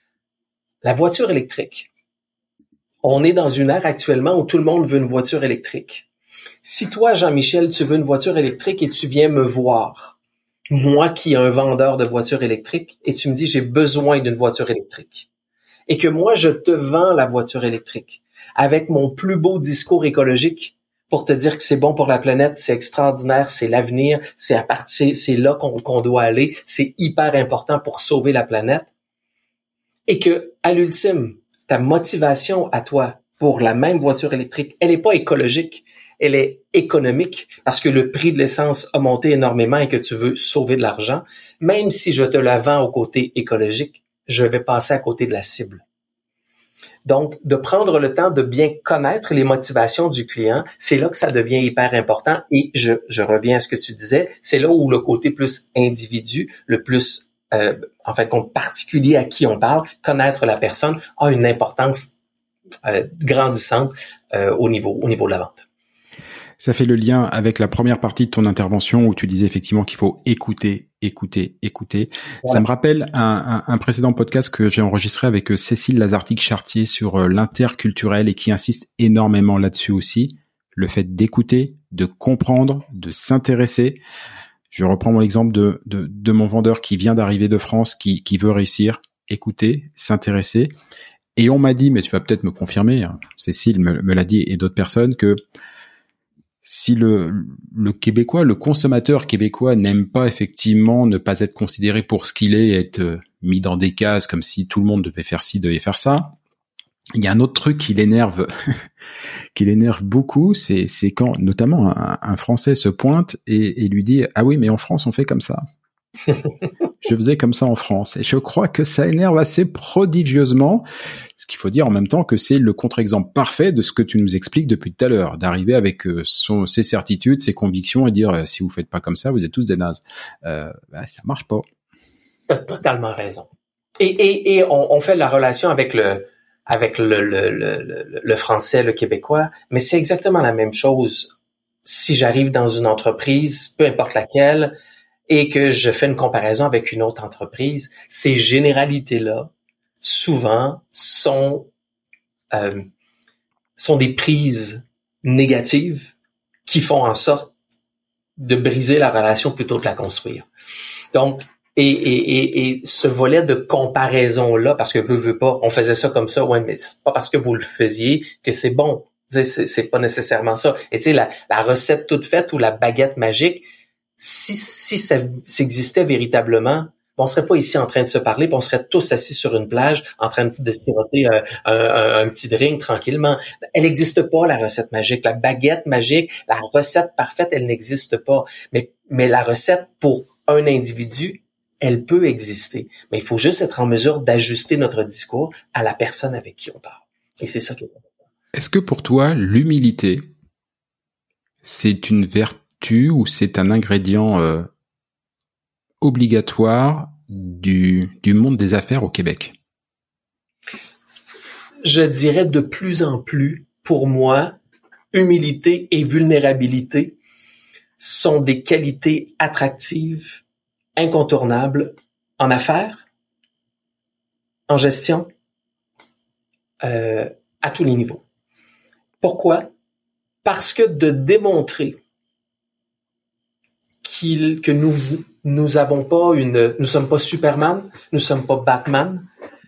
La voiture électrique. On est dans une ère actuellement où tout le monde veut une voiture électrique. Si toi, Jean-Michel, tu veux une voiture électrique et tu viens me voir, moi qui est un vendeur de voitures électriques, et tu me dis, j'ai besoin d'une voiture électrique, et que moi, je te vends la voiture électrique avec mon plus beau discours écologique pour te dire que c'est bon pour la planète, c'est extraordinaire, c'est l'avenir, c'est à partir, c'est là qu'on, qu'on doit aller, c'est hyper important pour sauver la planète, et que, à l'ultime, ta motivation à toi pour la même voiture électrique, elle n'est pas écologique, elle est économique parce que le prix de l'essence a monté énormément et que tu veux sauver de l'argent. Même si je te la vends au côté écologique, je vais passer à côté de la cible. Donc, de prendre le temps de bien connaître les motivations du client, c'est là que ça devient hyper important. Et je, je reviens à ce que tu disais, c'est là où le côté plus individu, le plus, euh, en fait, compte particulier à qui on parle, connaître la personne, a une importance euh, grandissante euh, au niveau, au niveau de la vente. Ça fait le lien avec la première partie de ton intervention où tu disais effectivement qu'il faut écouter, écouter, écouter. Ouais. Ça me rappelle un, un, un précédent podcast que j'ai enregistré avec Cécile Lazartique-Chartier sur l'interculturel et qui insiste énormément là-dessus aussi. Le fait d'écouter, de comprendre, de s'intéresser. Je reprends mon exemple de, de, de mon vendeur qui vient d'arriver de France, qui, qui veut réussir. Écouter, s'intéresser. Et on m'a dit, mais tu vas peut-être me confirmer, hein, Cécile me, me l'a dit et d'autres personnes, que si le, le Québécois, le consommateur québécois n'aime pas effectivement ne pas être considéré pour ce qu'il est, être mis dans des cases comme si tout le monde devait faire ci, devait faire ça, il y a un autre truc qui l'énerve, qui l'énerve beaucoup, c'est, c'est quand notamment un, un Français se pointe et, et lui dit « Ah oui, mais en France, on fait comme ça. » Je faisais comme ça en France. Et je crois que ça énerve assez prodigieusement. Ce qu'il faut dire en même temps que c'est le contre-exemple parfait de ce que tu nous expliques depuis tout à l'heure, d'arriver avec son, ses certitudes, ses convictions et dire si vous faites pas comme ça, vous êtes tous des nazes. Euh, ben, ça marche pas. T'as totalement raison. Et, et, et on, on fait la relation avec le avec le, le, le, le français, le québécois, mais c'est exactement la même chose. Si j'arrive dans une entreprise, peu importe laquelle, et que je fais une comparaison avec une autre entreprise, ces généralités-là, souvent, sont euh, sont des prises négatives qui font en sorte de briser la relation plutôt que de la construire. Donc, et, et, et, et ce volet de comparaison-là, parce que veut, veut pas, on faisait ça comme ça, ouais, mais c'est pas parce que vous le faisiez que c'est bon. C'est, c'est pas nécessairement ça. Et tu sais, la, la recette toute faite ou la baguette magique, si, si ça, ça existait véritablement, on serait pas ici en train de se parler, puis on serait tous assis sur une plage en train de siroter un, un, un, un petit drink tranquillement. Elle n'existe pas, la recette magique. La baguette magique, la recette parfaite, elle n'existe pas. Mais, mais la recette pour un individu, elle peut exister. Mais il faut juste être en mesure d'ajuster notre discours à la personne avec qui on parle. Et c'est ça qui est important. Est-ce que pour toi, l'humilité, c'est une vertu ou c'est un ingrédient euh, obligatoire du, du monde des affaires au Québec? Je dirais de plus en plus, pour moi, humilité et vulnérabilité sont des qualités attractives, incontournables en affaires, en gestion, euh, à tous les niveaux. Pourquoi? Parce que de démontrer qu'il, que nous nous avons pas une, nous sommes pas Superman, nous sommes pas Batman,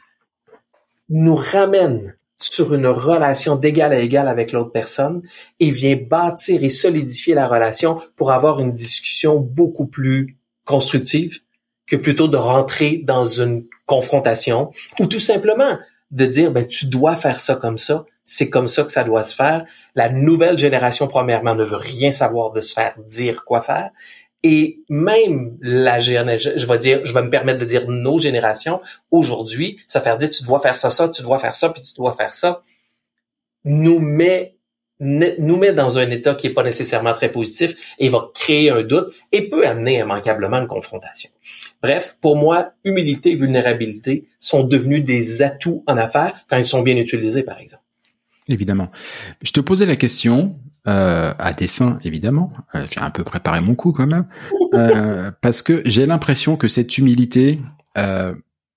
nous ramène sur une relation d'égal à égal avec l'autre personne et vient bâtir et solidifier la relation pour avoir une discussion beaucoup plus constructive que plutôt de rentrer dans une confrontation ou tout simplement de dire ben tu dois faire ça comme ça, c'est comme ça que ça doit se faire. La nouvelle génération premièrement ne veut rien savoir de se faire dire quoi faire. Et même la génération, je vais dire, je vais me permettre de dire nos générations, aujourd'hui, se faire dire tu dois faire ça, ça, tu dois faire ça, puis tu dois faire ça, nous met, nous met dans un état qui est pas nécessairement très positif et va créer un doute et peut amener immanquablement une confrontation. Bref, pour moi, humilité et vulnérabilité sont devenus des atouts en affaires quand ils sont bien utilisés, par exemple. Évidemment. Je te posais la question, euh, à dessein, évidemment. Euh, j'ai un peu préparé mon coup quand même. Euh, parce que j'ai l'impression que cette humilité, euh,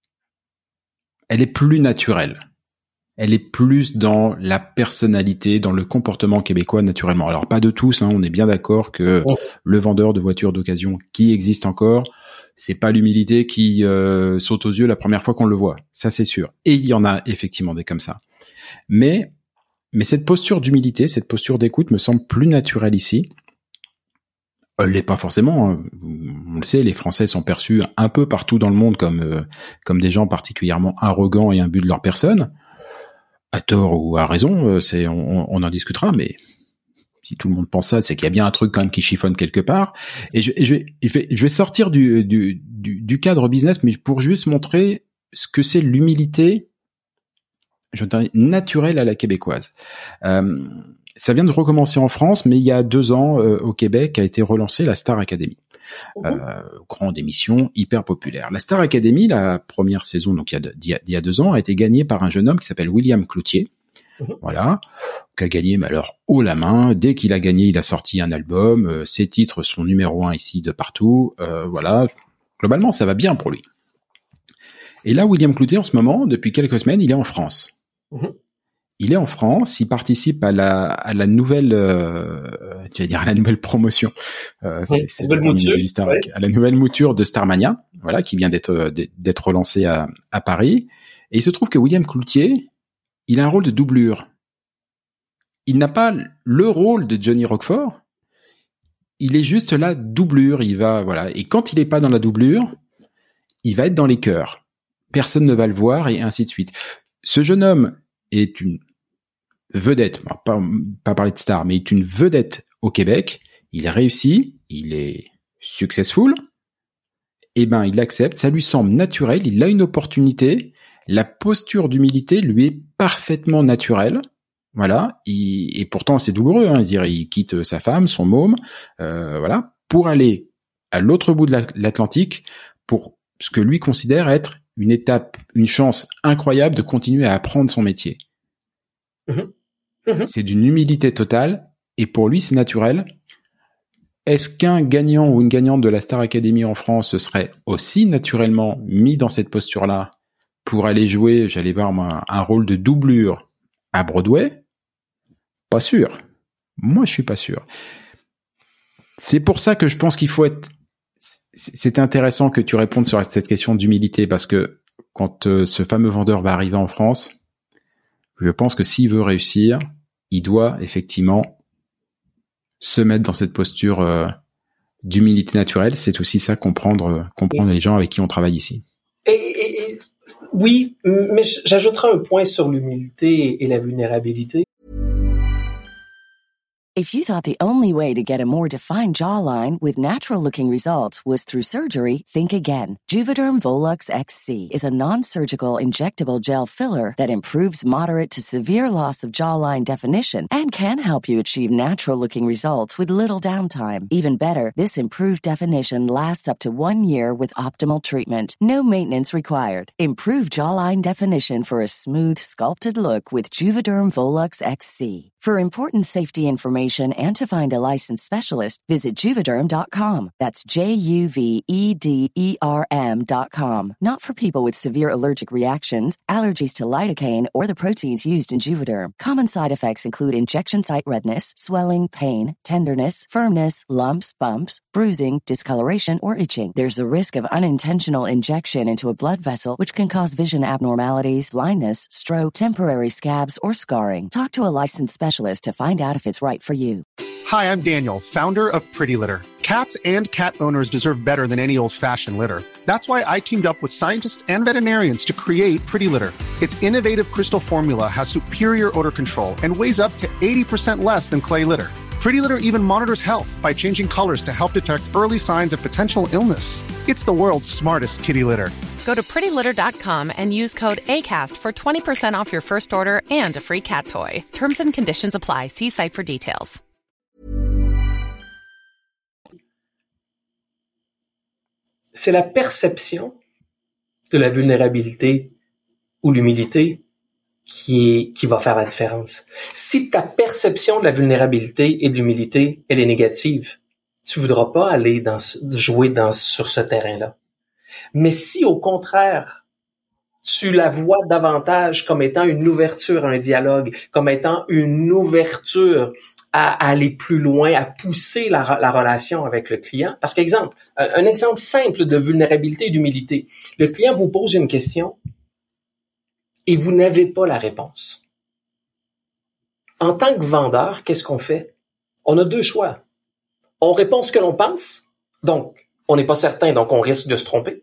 elle est plus naturelle. Elle est plus dans la personnalité, dans le comportement québécois naturellement. Alors pas de tous, hein, on est bien d'accord que le vendeur de voitures d'occasion qui existe encore, c'est pas l'humilité qui euh, saute aux yeux la première fois qu'on le voit. Ça c'est sûr. Et il y en a effectivement des comme ça. Mais Mais cette posture d'humilité, cette posture d'écoute me semble plus naturelle ici. Elle l'est pas forcément. Hein. On le sait, les Français sont perçus un peu partout dans le monde comme euh, comme des gens particulièrement arrogants et imbus de leur personne. À tort ou à raison, c'est on, on en discutera. Mais si tout le monde pense ça, c'est qu'il y a bien un truc quand même qui chiffonne quelque part. Et je, et je, vais, je vais je vais sortir du, du du du cadre business, mais pour juste montrer ce que c'est l'humilité. Je dirais naturel à la québécoise. Euh, ça vient de recommencer en France, mais il y a deux ans, euh, au Québec, a été relancée la Star Academy. Mmh. Euh, grande émission, hyper populaire. La Star Academy, la première saison, donc il y a, d'il y a, d'il y a deux ans, a été gagnée par un jeune homme qui s'appelle William Cloutier. Mmh. Voilà, qui a gagné, mais alors haut la main. Dès qu'il a gagné, il a sorti un album. Euh, ses titres sont numéro un ici de partout. Euh, voilà, globalement, ça va bien pour lui. Et là, William Cloutier, en ce moment, depuis quelques semaines, il est en France. Mmh. Il est en France, il participe à la à la nouvelle, euh, tu vas dire à la nouvelle promotion, euh, oui, c'est, c'est mouture, Star, ouais. à la nouvelle mouture de Starmania, voilà, qui vient d'être d'être relancée à à Paris. Et il se trouve que William Cloutier, il a un rôle de doublure. Il n'a pas le rôle de Johnny Roquefort. Il est juste là doublure. Il va voilà. Et quand il est pas dans la doublure, il va être dans les chœurs. Personne ne va le voir et ainsi de suite. Ce jeune homme est une vedette, pas, pas parler de star, mais est une vedette au Québec. Il a réussi, il est successful. Eh ben, il accepte, ça lui semble naturel, il a une opportunité. La posture d'humilité lui est parfaitement naturelle. Voilà. Il, et pourtant, c'est douloureux, hein. Dire, il quitte sa femme, son môme, euh, voilà, pour aller à l'autre bout de l'Atlantique pour ce que lui considère être une étape, une chance incroyable de continuer à apprendre son métier. Mmh. Mmh. C'est d'une humilité totale, et pour lui, c'est naturel. Est-ce qu'un gagnant ou une gagnante de la Star Academy en France se serait aussi naturellement mis dans cette posture-là pour aller jouer, j'allais voir moi, un rôle de doublure À Broadway? Pas sûr. Moi, je suis pas sûr. C'est pour ça que je pense qu'il faut être... C'est intéressant que tu répondes sur cette question d'humilité, parce que quand euh, ce fameux vendeur va arriver en France, je pense que s'il veut réussir, il doit effectivement se mettre dans cette posture euh, d'humilité naturelle. C'est aussi ça, comprendre, euh, comprendre les gens avec qui on travaille ici. Et, et, et oui, mais j'ajouterai un point sur l'humilité et la vulnérabilité. If you thought the only way to get a more defined jawline with natural-looking results was through surgery, think again. Juvederm Volux X C is a non-surgical injectable gel filler that improves moderate to severe loss of jawline definition and can help you achieve natural-looking results with little downtime. Even better, this improved definition lasts up to one year with optimal treatment. No maintenance required. Improve jawline definition for a smooth, sculpted look with Juvederm Volux X C. For important safety information and to find a licensed specialist, visit Juvederm dot com. That's J U V E D E R M dot com. Not for people with severe allergic reactions, allergies to lidocaine, or the proteins used in Juvederm. Common side effects include injection site redness, swelling, pain, tenderness, firmness, lumps, bumps, bruising, discoloration, or itching. There's a risk of unintentional injection into a blood vessel, which can cause vision abnormalities, blindness, stroke, temporary scabs, or scarring. Talk to a licensed specialist to find out if it's right for you. Hi, I'm Daniel, founder of Pretty Litter. Cats and cat owners deserve better than any old-fashioned litter. That's why I teamed up with scientists and veterinarians to create Pretty Litter. Its innovative crystal formula has superior odor control and weighs up to eighty percent less than clay litter. Pretty Litter even monitors health by changing colors to help detect early signs of potential illness. It's the world's smartest kitty litter. Go to pretty litter dot com and use code ACAST for twenty percent off your first order and a free cat toy. Terms and conditions apply. See site for details. C'est la perception de la vulnérabilité ou l'humilité qui est, qui va faire la différence. Si ta perception de la vulnérabilité et de l'humilité, elle est négative, tu voudras pas aller dans, jouer dans, sur ce terrain-là. Mais si, au contraire, tu la vois davantage comme étant une ouverture à un dialogue, comme étant une ouverture à, à aller plus loin, à pousser la, la relation avec le client. Parce qu'exemple, un, un exemple simple de vulnérabilité et d'humilité. Le client vous pose une question et vous n'avez pas la réponse. En tant que vendeur, qu'est-ce qu'on fait? On a deux choix. On répond ce que l'on pense, donc on n'est pas certain, donc on risque de se tromper.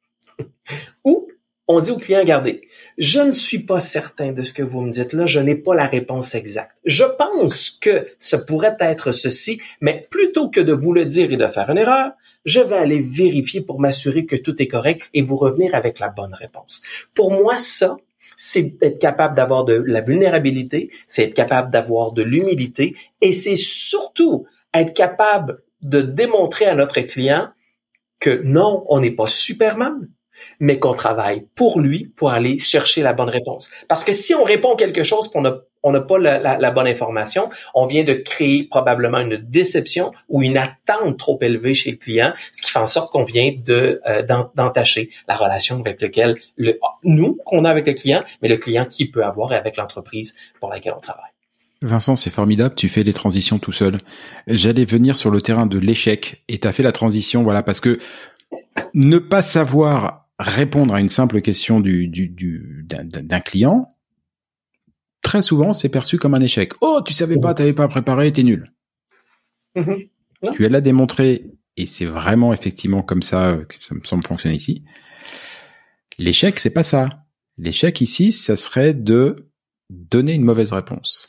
Ou on dit au client, regardez, je ne suis pas certain de ce que vous me dites là, je n'ai pas la réponse exacte. Je pense que ce pourrait être ceci, mais plutôt que de vous le dire et de faire une erreur, je vais aller vérifier pour m'assurer que tout est correct et vous revenir avec la bonne réponse. Pour moi, ça, c'est être capable d'avoir de la vulnérabilité, c'est être capable d'avoir de l'humilité et c'est surtout être capable de démontrer à notre client que non, on n'est pas Superman, mais qu'on travaille pour lui pour aller chercher la bonne réponse. Parce que si on répond quelque chose et on n'a on n'a pas la, la, la bonne information, on vient de créer probablement une déception ou une attente trop élevée chez le client, ce qui fait en sorte qu'on vient de euh, d'entacher la relation avec lequel le, nous qu'on a avec le client, mais le client qui peut avoir avec l'entreprise pour laquelle on travaille. Vincent, c'est formidable, tu fais les transitions tout seul. J'allais venir sur le terrain de l'échec et t'as fait la transition, voilà, parce que ne pas savoir répondre à une simple question du, du, du, d'un, d'un client, très souvent, c'est perçu comme un échec. Oh, tu savais pas, t'avais pas préparé, t'es nul. Mm-hmm. Tu l'as démontré, et c'est vraiment effectivement comme ça que ça me semble fonctionner ici. L'échec, c'est pas ça. L'échec ici, ça serait de donner une mauvaise réponse.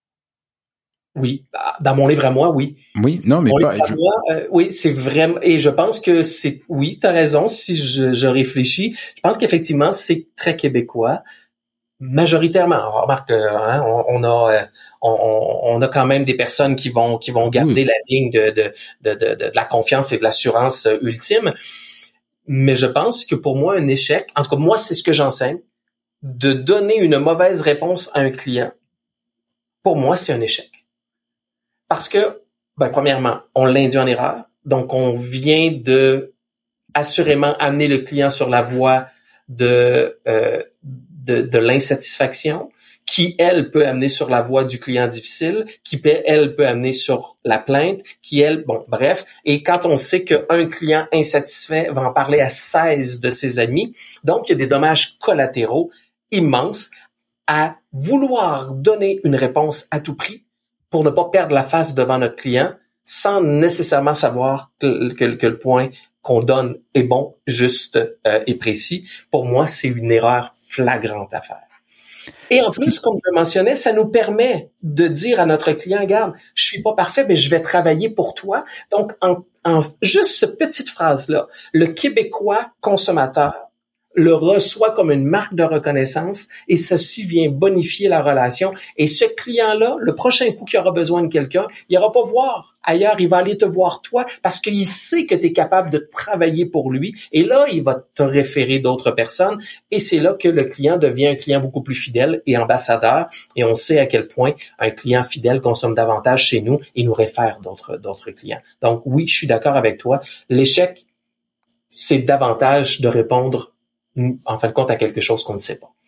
Oui, dans mon livre à moi, oui. Oui, non, mais mon pas. Je... Moi, euh, oui, c'est vraiment, et je pense que c'est, oui, t'as raison. Si je, je réfléchis, je pense qu'effectivement, c'est très québécois, majoritairement. On remarque, hein, on, on a, on, on a quand même des personnes qui vont, qui vont garder oui. la ligne de, de, de, de, de la confiance et de l'assurance ultime. Mais je pense que pour moi, un échec, en tout cas, moi, c'est ce que j'enseigne, de donner une mauvaise réponse à un client. Pour moi, c'est un échec. Parce que, ben, premièrement, on l'induit en erreur. Donc, on vient de assurément amener le client sur la voie de, euh, de, de l'insatisfaction qui, elle, peut amener sur la voie du client difficile, qui, elle, peut amener sur la plainte, qui, elle, bon, bref. Et quand on sait qu'un client insatisfait va en parler à seize de ses amis, donc il y a des dommages collatéraux immenses à vouloir donner une réponse à tout prix pour ne pas perdre la face devant notre client sans nécessairement savoir que, que, que le point qu'on donne est bon, juste euh, et précis. Pour moi, c'est une erreur flagrante à faire. Et en plus, comme je le mentionnais, ça nous permet de dire à notre client, regarde, je suis pas parfait, mais je vais travailler pour toi. Donc, en, en juste cette petite phrase-là, le Québécois consommateur le reçoit comme une marque de reconnaissance et ceci vient bonifier la relation. Et ce client-là, le prochain coup qu'il aura besoin de quelqu'un, il n'ira pas voir ailleurs, il va aller te voir toi parce qu'il sait que tu es capable de travailler pour lui et là, il va te référer d'autres personnes et c'est là que le client devient un client beaucoup plus fidèle et ambassadeur et on sait à quel point un client fidèle consomme davantage chez nous et nous réfère d'autres, d'autres clients. Donc oui, je suis d'accord avec toi. L'échec, c'est davantage de répondre en fin de compte à quelque chose qu'on ne sait pas.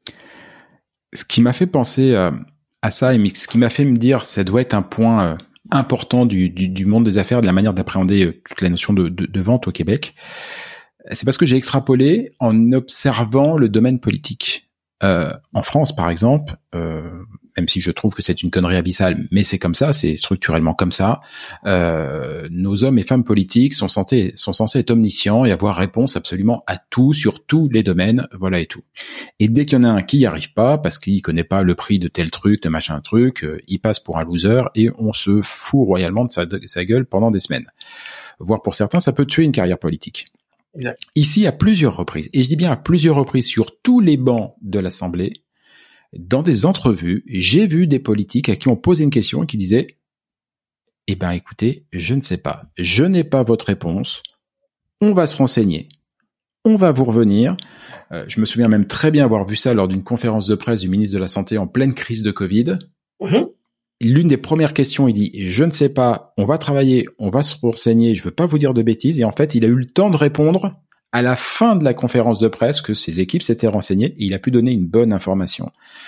Ce qui m'a fait penser à, à ça et ce qui m'a fait me dire ça doit être un point euh, important du, du, du monde des affaires, de la manière d'appréhender euh, toute la notion de, de, de vente au Québec, c'est parce que j'ai extrapolé en observant le domaine politique. Euh, en France, par exemple, euh, même si je trouve que c'est une connerie abyssale, mais c'est comme ça, c'est structurellement comme ça, euh, nos hommes et femmes politiques sont censés, sont censés être omniscients et avoir réponse absolument à tout, sur tous les domaines, voilà et tout. Et dès qu'il y en a un qui n'y arrive pas, parce qu'il connaît pas le prix de tel truc, de machin truc, euh, il passe pour un loser et on se fout royalement de sa, de sa gueule pendant des semaines. Voire pour certains, ça peut tuer une carrière politique. Exact. Ici, à plusieurs reprises, et je dis bien à plusieurs reprises sur tous les bancs de l'Assemblée, dans des entrevues, j'ai vu des politiques à qui on posait une question et qui disaient « Eh ben, écoutez, je ne sais pas. Je n'ai pas votre réponse. On va se renseigner. On va vous revenir. Euh, » Je me souviens même très bien avoir vu ça lors d'une conférence de presse du ministre de la Santé en pleine crise de Covid. Mm-hmm. L'une des premières questions, il dit « Je ne sais pas. On va travailler. On va se renseigner. Je veux pas vous dire de bêtises. » Et en fait, il a eu le temps de répondre à la fin de la conférence de presse que ses équipes s'étaient renseignées et il a pu donner une bonne information.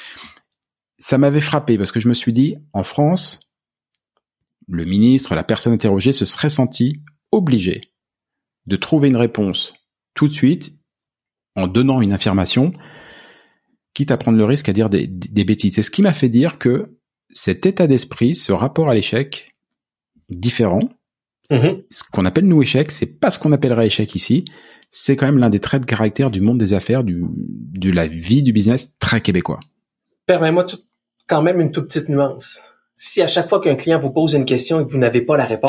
Ça m'avait frappé parce que je me suis dit, en France, le ministre, la personne interrogée se serait senti obligé de trouver une réponse tout de suite en donnant une affirmation, quitte à prendre le risque à dire des, des bêtises. C'est ce qui m'a fait dire que cet état d'esprit, ce rapport à l'échec différent, mmh. ce qu'on appelle nous échec, c'est pas ce qu'on appellerait échec ici, c'est quand même l'un des traits de caractère du monde des affaires, du, de la vie du business très québécois. Permets-moi tout, quand même une toute petite nuance. Si à chaque fois qu'un client vous pose une question et que vous n'avez pas la réponse,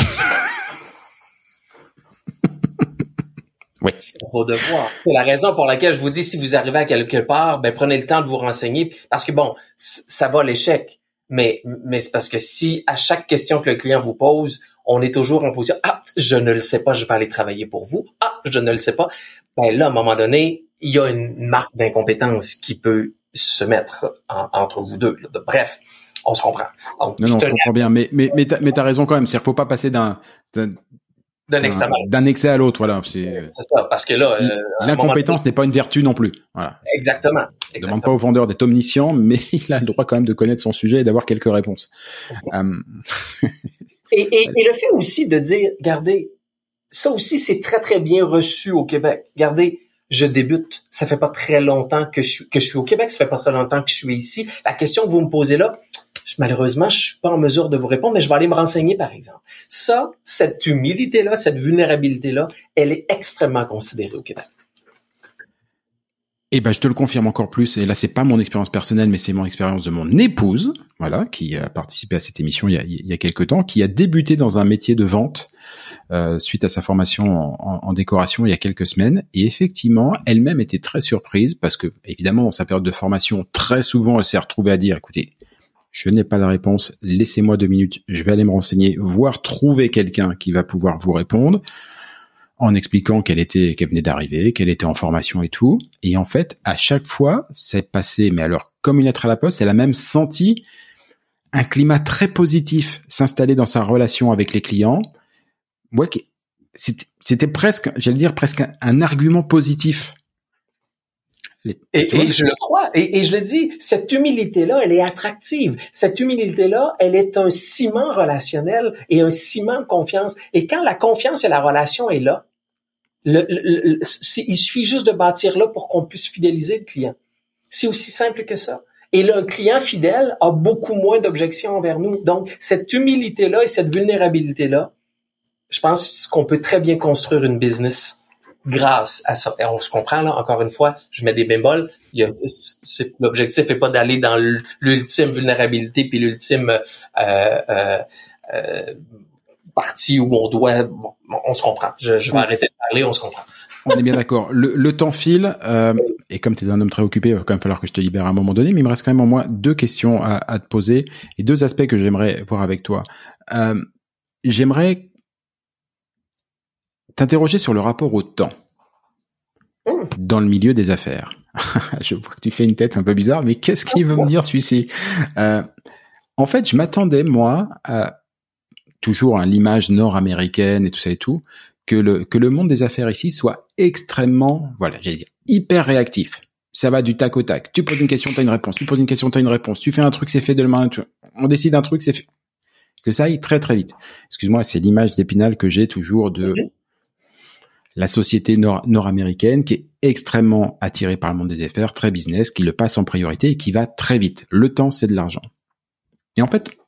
oui. c'est vos devoirs. C'est la raison pour laquelle je vous dis, si vous arrivez à quelque part, ben prenez le temps de vous renseigner, parce que bon, ça va l'échec, mais mais c'est parce que si à chaque question que le client vous pose, on est toujours en position, ah, je ne le sais pas, je vais aller travailler pour vous. Ah, je ne le sais pas. Ben là, à un moment donné, il y a une marque d'incompétence qui peut se mettre en, entre vous deux. Là. Bref, on se comprend. Donc, non, non, je comprends bien, mais mais mais t'as, mais t'as raison quand même. C'est-à-dire, faut pas passer d'un d'un, d'un, d'un, d'un excès à l'autre. Voilà, c'est, c'est ça. Parce que là, euh, l'incompétence donné, n'est pas une vertu non plus. Voilà. Exactement. Je ne demande pas au vendeur d'être omniscient, mais il a le droit quand même de connaître son sujet et d'avoir quelques réponses. Um... et, et, et le fait aussi de dire, regardez, ça aussi c'est très très bien reçu au Québec. Regardez. Je débute. Ça fait pas très longtemps que je suis, que je suis au Québec. Ça fait pas très longtemps que je suis ici. La question que vous me posez là, je, malheureusement, je suis pas en mesure de vous répondre, mais je vais aller me renseigner, par exemple. Ça, cette humilité-là, cette vulnérabilité-là, elle est extrêmement considérée au Québec. Eh ben, je te le confirme encore plus. Et là, c'est pas mon expérience personnelle, mais c'est mon expérience de mon épouse, voilà, qui a participé à cette émission il y a, il y a quelque temps, qui a débuté dans un métier de vente euh, suite à sa formation en, en, en décoration il y a quelques semaines. Et effectivement, elle-même était très surprise parce que, évidemment, dans sa période de formation, très souvent, elle s'est retrouvée à dire, écoutez, je n'ai pas la réponse, laissez-moi deux minutes, je vais aller me renseigner, voire trouver quelqu'un qui va pouvoir vous répondre. En expliquant qu'elle était, qu'elle venait d'arriver, qu'elle était en formation et tout. Et en fait, à chaque fois, c'est passé, mais alors, comme une lettre à la poste, elle a même senti un climat très positif s'installer dans sa relation avec les clients. Ouais, c'était, c'était presque, j'allais dire presque un, un argument positif. Les... Et, et je le crois. Et, et je le dis, cette humilité-là, elle est attractive. Cette humilité-là, elle est un ciment relationnel et un ciment de confiance. Et quand la confiance et la relation est là, le, le, le, il suffit juste de bâtir là pour qu'on puisse fidéliser le client. C'est aussi simple que ça. Et là, un client fidèle a beaucoup moins d'objections envers nous. Donc, cette humilité-là et cette vulnérabilité-là, je pense qu'on peut très bien construire une business grâce à ça. Et on se comprend, là, encore une fois, je mets des bémols. Il y a, c'est, l'objectif n'est pas d'aller dans l'ultime vulnérabilité puis l'ultime euh, euh, euh, partie où on doit... Bon, on se comprend. Je, je vais arrêter de parler, on se comprend. On est bien d'accord. Le, le temps file, euh, et comme tu es un homme très occupé, il va quand même falloir que je te libère à un moment donné, mais il me reste quand même en moi deux questions à, à te poser et deux aspects que j'aimerais voir avec toi. Euh, j'aimerais t'interroger sur le rapport au temps dans le milieu des affaires. Je vois que tu fais une tête un peu bizarre, mais qu'est-ce qu'il veut me dire celui-ci? euh, En fait, je m'attendais, moi, à toujours hein, l'image nord-américaine et tout ça et tout, que le que le monde des affaires ici soit extrêmement, voilà, j'allais dire, hyper réactif. Ça va du tac au tac. Tu poses une question, t'as une réponse. Tu poses une question, t'as une réponse. Tu fais un truc, c'est fait demain. On décide un truc, c'est fait. Que ça aille très très vite. Excuse-moi, c'est l'image d'Épinal que j'ai toujours de la société nord- nord-américaine qui est extrêmement attirée par le monde des affaires, très business, qui le passe en priorité et qui va très vite. Le temps, c'est de l'argent. Et en fait,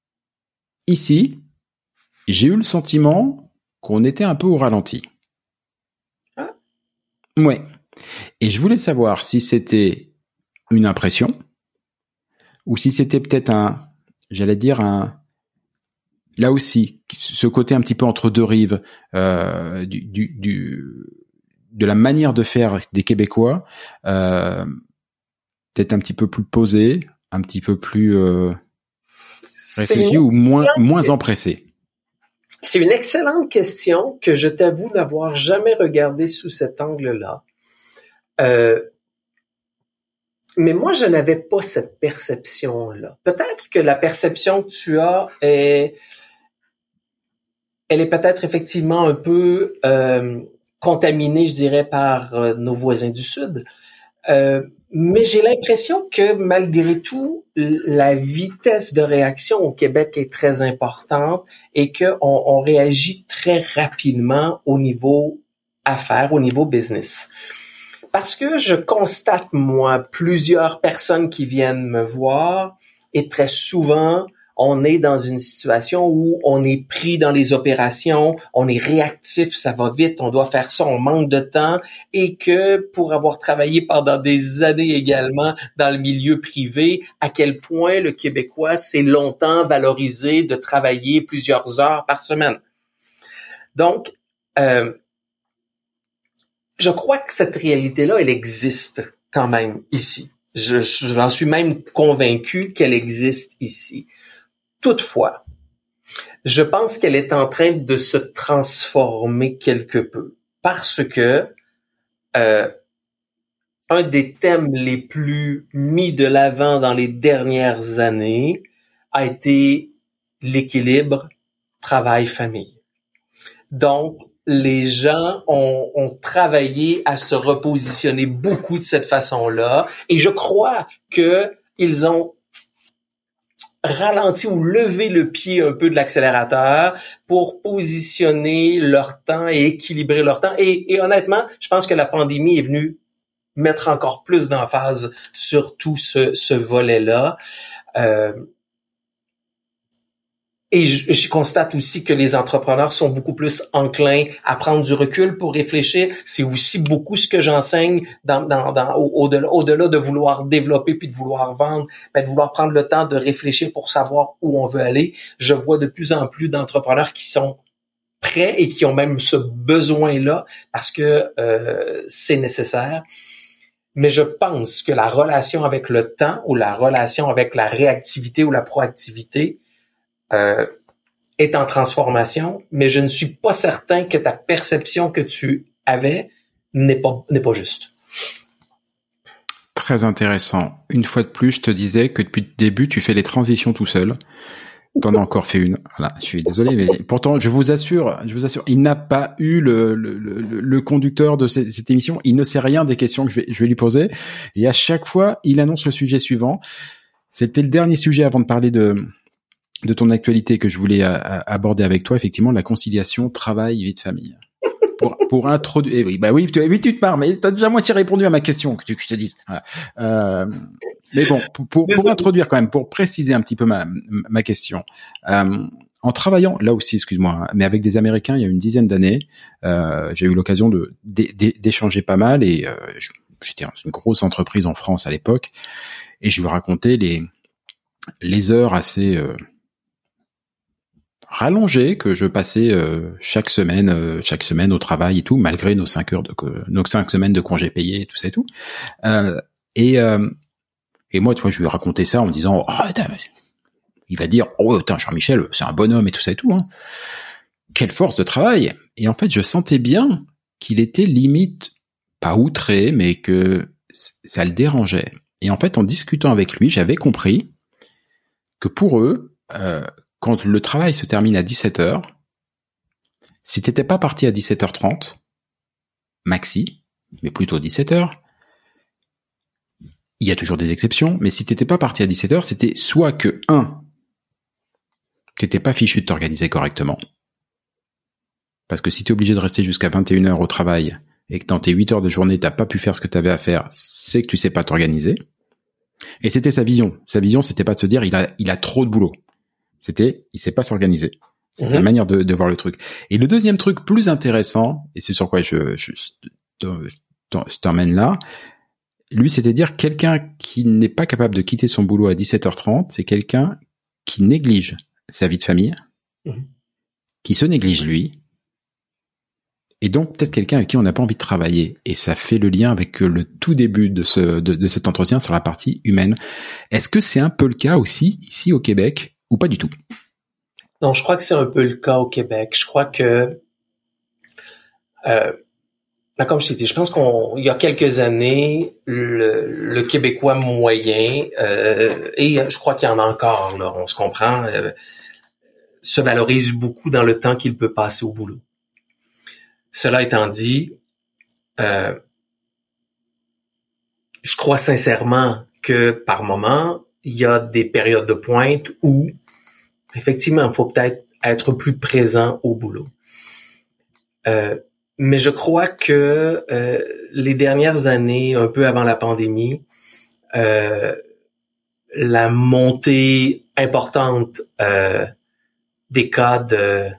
ici, j'ai eu le sentiment qu'on était un peu au ralenti. Ah. Ouais. Et je voulais savoir si c'était une impression ou si c'était peut-être un, j'allais dire un, là aussi, ce côté un petit peu entre deux rives euh, du, du, du, de la manière de faire des Québécois, euh, peut-être un petit peu plus posé, un petit peu plus euh, réfléchi ou moins moins empressé. C'est une excellente question que je t'avoue n'avoir jamais regardée sous cet angle-là. Euh, mais moi, je n'avais pas cette perception-là. Peut-être que la perception que tu as est, elle est peut-être effectivement un peu euh, contaminée, je dirais, par euh, nos voisins du Sud. Euh, mais j'ai l'impression que malgré tout, la vitesse de réaction au Québec est très importante et qu'on on réagit très rapidement au niveau affaires, au niveau business. Parce que je constate, moi, plusieurs personnes qui viennent me voir et très souvent, on est dans une situation où on est pris dans les opérations, on est réactif, ça va vite, on doit faire ça, on manque de temps et que pour avoir travaillé pendant des années également dans le milieu privé, à quel point le Québécois s'est longtemps valorisé de travailler plusieurs heures par semaine. Donc, euh, je crois que cette réalité-là, elle existe quand même ici. Je, j'en suis même convaincu qu'elle existe ici. Toutefois, je pense qu'elle est en train de se transformer quelque peu parce que euh, un des thèmes les plus mis de l'avant dans les dernières années a été l'équilibre travail-famille. Donc, les gens ont, ont travaillé à se repositionner beaucoup de cette façon-là et je crois que ils ont ralenti ou levé le pied un peu de l'accélérateur pour positionner leur temps et équilibrer leur temps. Et, et honnêtement, je pense que la pandémie est venue mettre encore plus d'emphase sur tout ce, ce volet-là. Euh, et je, je constate aussi que les entrepreneurs sont beaucoup plus enclins à prendre du recul pour réfléchir. C'est aussi beaucoup ce que j'enseigne dans, dans, dans, au, au-delà, au-delà de vouloir développer puis de vouloir vendre, mais de vouloir prendre le temps de réfléchir pour savoir où on veut aller. Je vois de plus en plus d'entrepreneurs qui sont prêts et qui ont même ce besoin-là parce que euh, c'est nécessaire. Mais je pense que la relation avec le temps ou la relation avec la réactivité ou la proactivité Euh, est en transformation, mais je ne suis pas certain que ta perception que tu avais n'est pas n'est pas juste. Très intéressant. Une fois de plus, je te disais que depuis le début, tu fais les transitions tout seul. t'en as encore fait une. Voilà, je suis désolé, mais pourtant, je vous assure, je vous assure, il n'a pas eu le, le, le, le conducteur de cette, cette émission. Il ne sait rien des questions que je vais, je vais lui poser. Et à chaque fois, il annonce le sujet suivant. C'était le dernier sujet avant de parler de, de ton actualité que je voulais a, a, aborder avec toi. Effectivement, la conciliation travail vie de famille. Pour, pour introduire, eh oui, bah oui, tu, oui, tu te parles, mais t'as déjà moitié répondu à ma question, que tu, que je te dise. Voilà. Euh, mais bon, pour, pour, pour introduire quand même, pour préciser un petit peu ma, ma question. Euh, en travaillant, là aussi, excuse-moi, mais avec des Américains, il y a une dizaine d'années, euh, j'ai eu l'occasion de, d'échanger pas mal et, euh, j'étais dans une grosse entreprise en France à l'époque et je lui racontais les, les heures assez, euh, rallongé que je passais euh, chaque semaine euh, chaque semaine au travail et tout, malgré nos cinq heures de nos cinq semaines de congés payés et tout ça et tout euh, et euh, et moi tu vois je lui racontais ça en me disant oh, attends, il va dire oh putain Jean-Michel c'est un bonhomme et tout ça et tout hein. Quelle force de travail. Et en fait je sentais bien qu'il était limite pas outré mais que ça le dérangeait. Et en fait en discutant avec lui j'avais compris que pour eux euh, quand le travail se termine à dix-sept heures, si t'étais pas parti à dix-sept heures trente, maxi, mais plutôt dix-sept heures, il y a toujours des exceptions, mais si t'étais pas parti à dix-sept heures, c'était soit que, un, t'étais pas fichu de t'organiser correctement, parce que si t'es obligé de rester jusqu'à vingt et une heures au travail, et que dans tes huit heures de journée, t'as pas pu faire ce que t'avais à faire, c'est que tu sais pas t'organiser. Et c'était sa vision. Sa vision, c'était pas de se dire, il a, il a trop de boulot. C'était, il sait pas s'organiser. C'est mmh. la manière de, de voir le truc. Et le deuxième truc plus intéressant, et c'est sur quoi je, je, je, je t'emmène là, lui, c'était dire quelqu'un qui n'est pas capable de quitter son boulot à dix-sept heures trente, c'est quelqu'un qui néglige sa vie de famille, mmh. qui se néglige lui, et donc peut-être quelqu'un avec qui on n'a pas envie de travailler. Et ça fait le lien avec le tout début de ce, de, de cet entretien sur la partie humaine. Est-ce que c'est un peu le cas aussi ici au Québec? Ou pas du tout? Non, je crois que c'est un peu le cas au Québec. Je crois que, euh, ben comme je t'ai dit, je pense qu'on, il y a quelques années, le, le Québécois moyen, euh, et je crois qu'il y en a encore, là, on se comprend, euh, se valorise beaucoup dans le temps qu'il peut passer au boulot. Cela étant dit, euh, je crois sincèrement que par moment, il y a des périodes de pointe où, effectivement, il faut peut-être être plus présent au boulot. Euh, mais je crois que euh, les dernières années, un peu avant la pandémie, euh, la montée importante euh, des cas de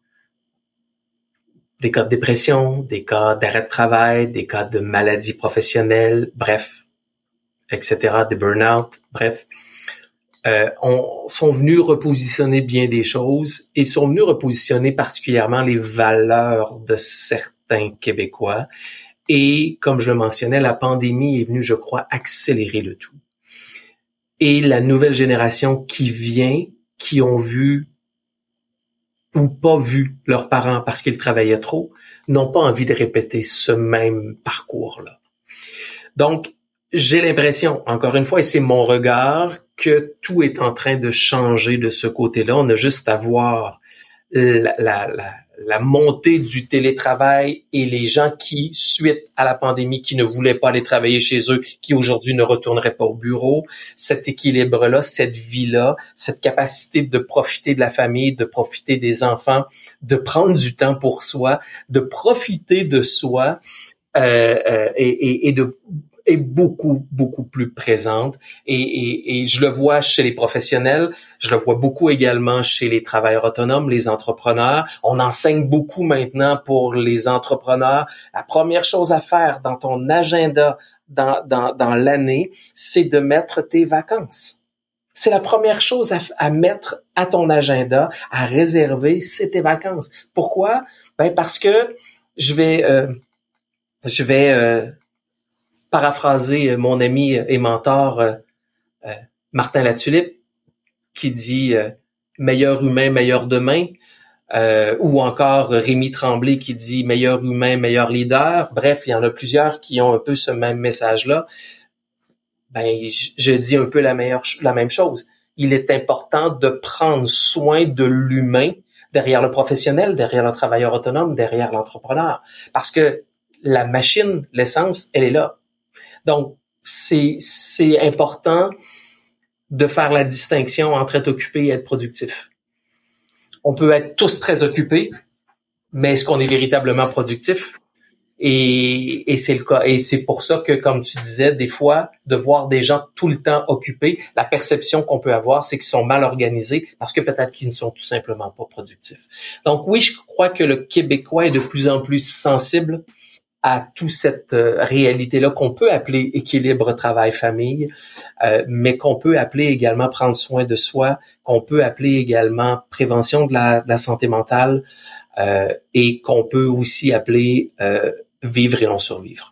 des cas de dépression, des cas d'arrêt de travail, des cas de maladies professionnelles, bref, et cetera, de burn-out, bref, euh, on, sont venus repositionner bien des choses et sont venus repositionner particulièrement les valeurs de certains Québécois. Et comme je le mentionnais, la pandémie est venue, je crois, accélérer le tout. Et la nouvelle génération qui vient, qui ont vu ou pas vu leurs parents parce qu'ils travaillaient trop, n'ont pas envie de répéter ce même parcours-là. Donc, j'ai l'impression, encore une fois, et c'est mon regard, que tout est en train de changer de ce côté-là. On a juste à voir la, la, la, la montée du télétravail et les gens qui, suite à la pandémie, qui ne voulaient pas aller travailler chez eux, qui aujourd'hui ne retourneraient pas au bureau, cet équilibre-là, cette vie-là, cette capacité de profiter de la famille, de profiter des enfants, de prendre du temps pour soi, de profiter de soi euh, euh, et, et, et de est beaucoup, beaucoup plus présente. Et, et, et je le vois chez les professionnels, je le vois beaucoup également chez les travailleurs autonomes, les entrepreneurs. On enseigne beaucoup maintenant pour les entrepreneurs. La première chose à faire dans ton agenda, dans, dans, dans l'année, c'est de mettre tes vacances. C'est la première chose à, à mettre à ton agenda, à réserver, c'est tes vacances. Pourquoi? Ben parce que je vais, euh, je vais, euh, paraphraser mon ami et mentor euh, euh, Martin Latulippe qui dit euh, « meilleur humain, meilleur demain euh, » ou encore Rémi Tremblay qui dit « meilleur humain, meilleur leader ». Bref, il y en a plusieurs qui ont un peu ce même message-là. Ben, je dis un peu la, meilleure, la même chose. il est important de prendre soin de l'humain derrière le professionnel, derrière le travailleur autonome, derrière l'entrepreneur. Parce que la machine, l'essence, elle est là. Donc, c'est, c'est important de faire la distinction entre être occupé et être productif. On peut être tous très occupés, mais est-ce qu'on est véritablement productif? Et, et c'est le cas. Et c'est pour ça que, comme tu disais, des fois, de voir des gens tout le temps occupés, la perception qu'on peut avoir, c'est qu'ils sont mal organisés parce que peut-être qu'ils ne sont tout simplement pas productifs. Donc oui, je crois que le Québécois est de plus en plus sensible à toute cette euh, réalité-là qu'on peut appeler équilibre travail-famille, euh, mais qu'on peut appeler également prendre soin de soi, qu'on peut appeler également prévention de la, de la santé mentale, euh, et qu'on peut aussi appeler euh, vivre et non survivre.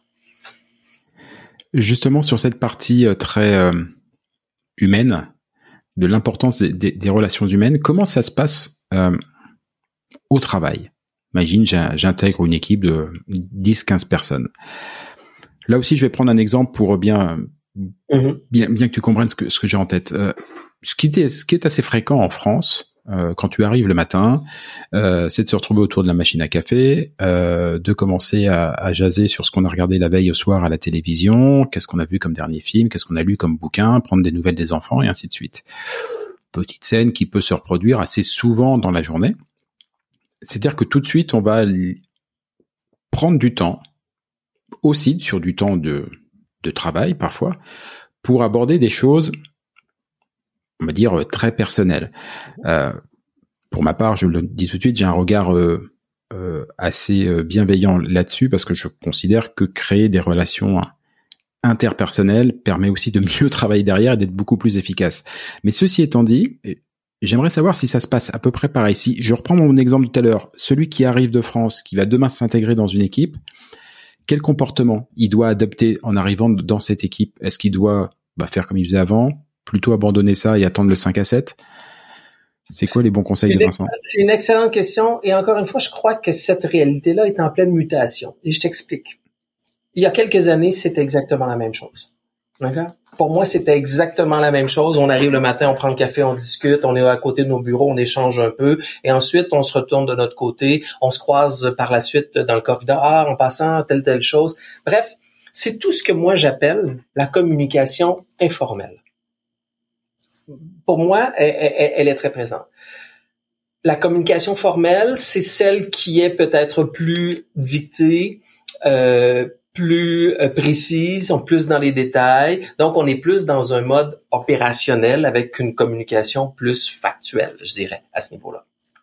Justement, sur cette partie euh, très euh, humaine, de l'importance des, des, des relations humaines, comment ça se passe euh, au travail? Imagine, j'intègre une équipe de dix quinze personnes. Là aussi, je vais prendre un exemple pour bien, mm-hmm. bien, bien que tu comprennes ce que, ce que j'ai en tête. Euh, ce qui est, ce qui est assez fréquent en France, euh, quand tu arrives le matin, euh, c'est de se retrouver autour de la machine à café, euh, de commencer à, à jaser sur ce qu'on a regardé la veille au soir à la télévision, qu'est-ce qu'on a vu comme dernier film, qu'est-ce qu'on a lu comme bouquin, prendre des nouvelles des enfants et ainsi de suite. Petite scène qui peut se reproduire assez souvent dans la journée. C'est-à-dire que tout de suite, on va prendre du temps, aussi sur du temps de, de travail parfois, pour aborder des choses, on va dire, très personnelles. Euh, pour ma part, je le dis tout de suite, j'ai un regard euh, euh, assez bienveillant là-dessus, parce que je considère que créer des relations interpersonnelles permet aussi de mieux travailler derrière et d'être beaucoup plus efficace. Mais ceci étant dit, j'aimerais savoir si ça se passe à peu près pareil. Si je reprends mon exemple de tout à l'heure, celui qui arrive de France, qui va demain s'intégrer dans une équipe, quel comportement il doit adopter en arrivant dans cette équipe? Est-ce qu'il doit bah, faire comme il faisait avant, plutôt abandonner ça et attendre le cinq à sept? C'est quoi les bons conseils de Vincent? C'est une excellente question. Et encore une fois, je crois que cette réalité-là est en pleine mutation. Et je t'explique. Il y a quelques années, c'était exactement la même chose. D'accord? Pour moi, c'était exactement la même chose. On arrive le matin, on prend le café, on discute, on est à côté de nos bureaux, on échange un peu, et ensuite, on se retourne de notre côté, on se croise par la suite dans le corridor, ah, en passant, telle, telle chose. Bref, c'est tout ce que moi j'appelle la communication informelle. Pour moi, elle, elle, elle est très présente. La communication formelle, c'est celle qui est peut-être plus dictée, euh, plus euh, précise, on plus dans les détails. Donc, on est plus dans un mode opérationnel avec une communication plus factuelle, je dirais, à ce niveau-là.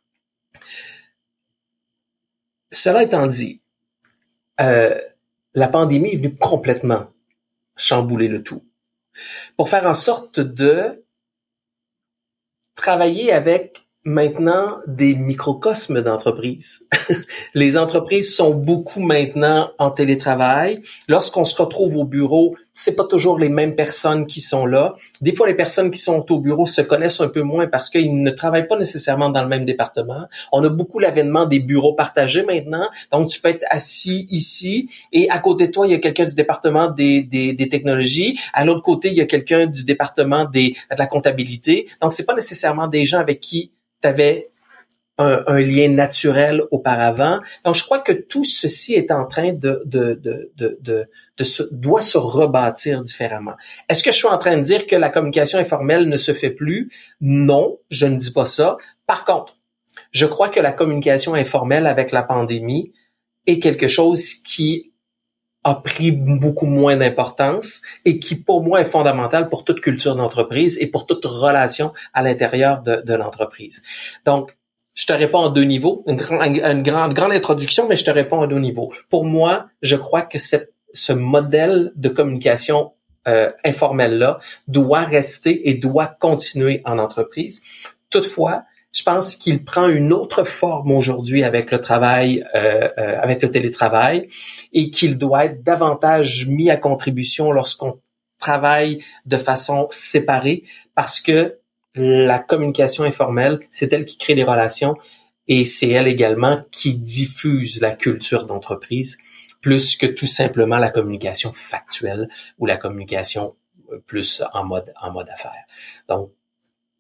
Cela étant dit, euh, la pandémie est venue complètement chambouler le tout. Pour faire en sorte de travailler avec maintenant des microcosmes d'entreprises. Les entreprises sont beaucoup maintenant en télétravail. Lorsqu'on se retrouve au bureau, c'est pas toujours les mêmes personnes qui sont là. Des fois, les personnes qui sont au bureau se connaissent un peu moins parce qu'ils ne travaillent pas nécessairement dans le même département. On a beaucoup l'avènement des bureaux partagés maintenant. Donc, tu peux être assis ici et à côté de toi, il y a quelqu'un du département des, des, des technologies. À l'autre côté, il y a quelqu'un du département des, de la comptabilité. Donc, c'est pas nécessairement des gens avec qui tu avais un, un lien naturel auparavant. Donc, je crois que tout ceci est en train de, de, de, de, de, de se, doit se rebâtir différemment. Est-ce que je suis en train de dire que la communication informelle ne se fait plus? Non, je ne dis pas ça. Par contre, je crois que la communication informelle avec la pandémie est quelque chose qui a pris beaucoup moins d'importance et qui, pour moi, est fondamental pour toute culture d'entreprise et pour toute relation à l'intérieur de, de l'entreprise. Donc, je te réponds en deux niveaux, une, grand, une grande, grande introduction, mais je te réponds en deux niveaux. Pour moi, je crois que cette, ce modèle de communication euh, informelle-là doit rester et doit continuer en entreprise. Toutefois, je pense qu'il prend une autre forme aujourd'hui avec le travail, euh, euh, avec le télétravail, et qu'il doit être davantage mis à contribution lorsqu'on travaille de façon séparée, parce que la communication informelle, c'est elle qui crée les relations et c'est elle également qui diffuse la culture d'entreprise, plus que tout simplement la communication factuelle ou la communication plus en mode en mode affaires. Donc,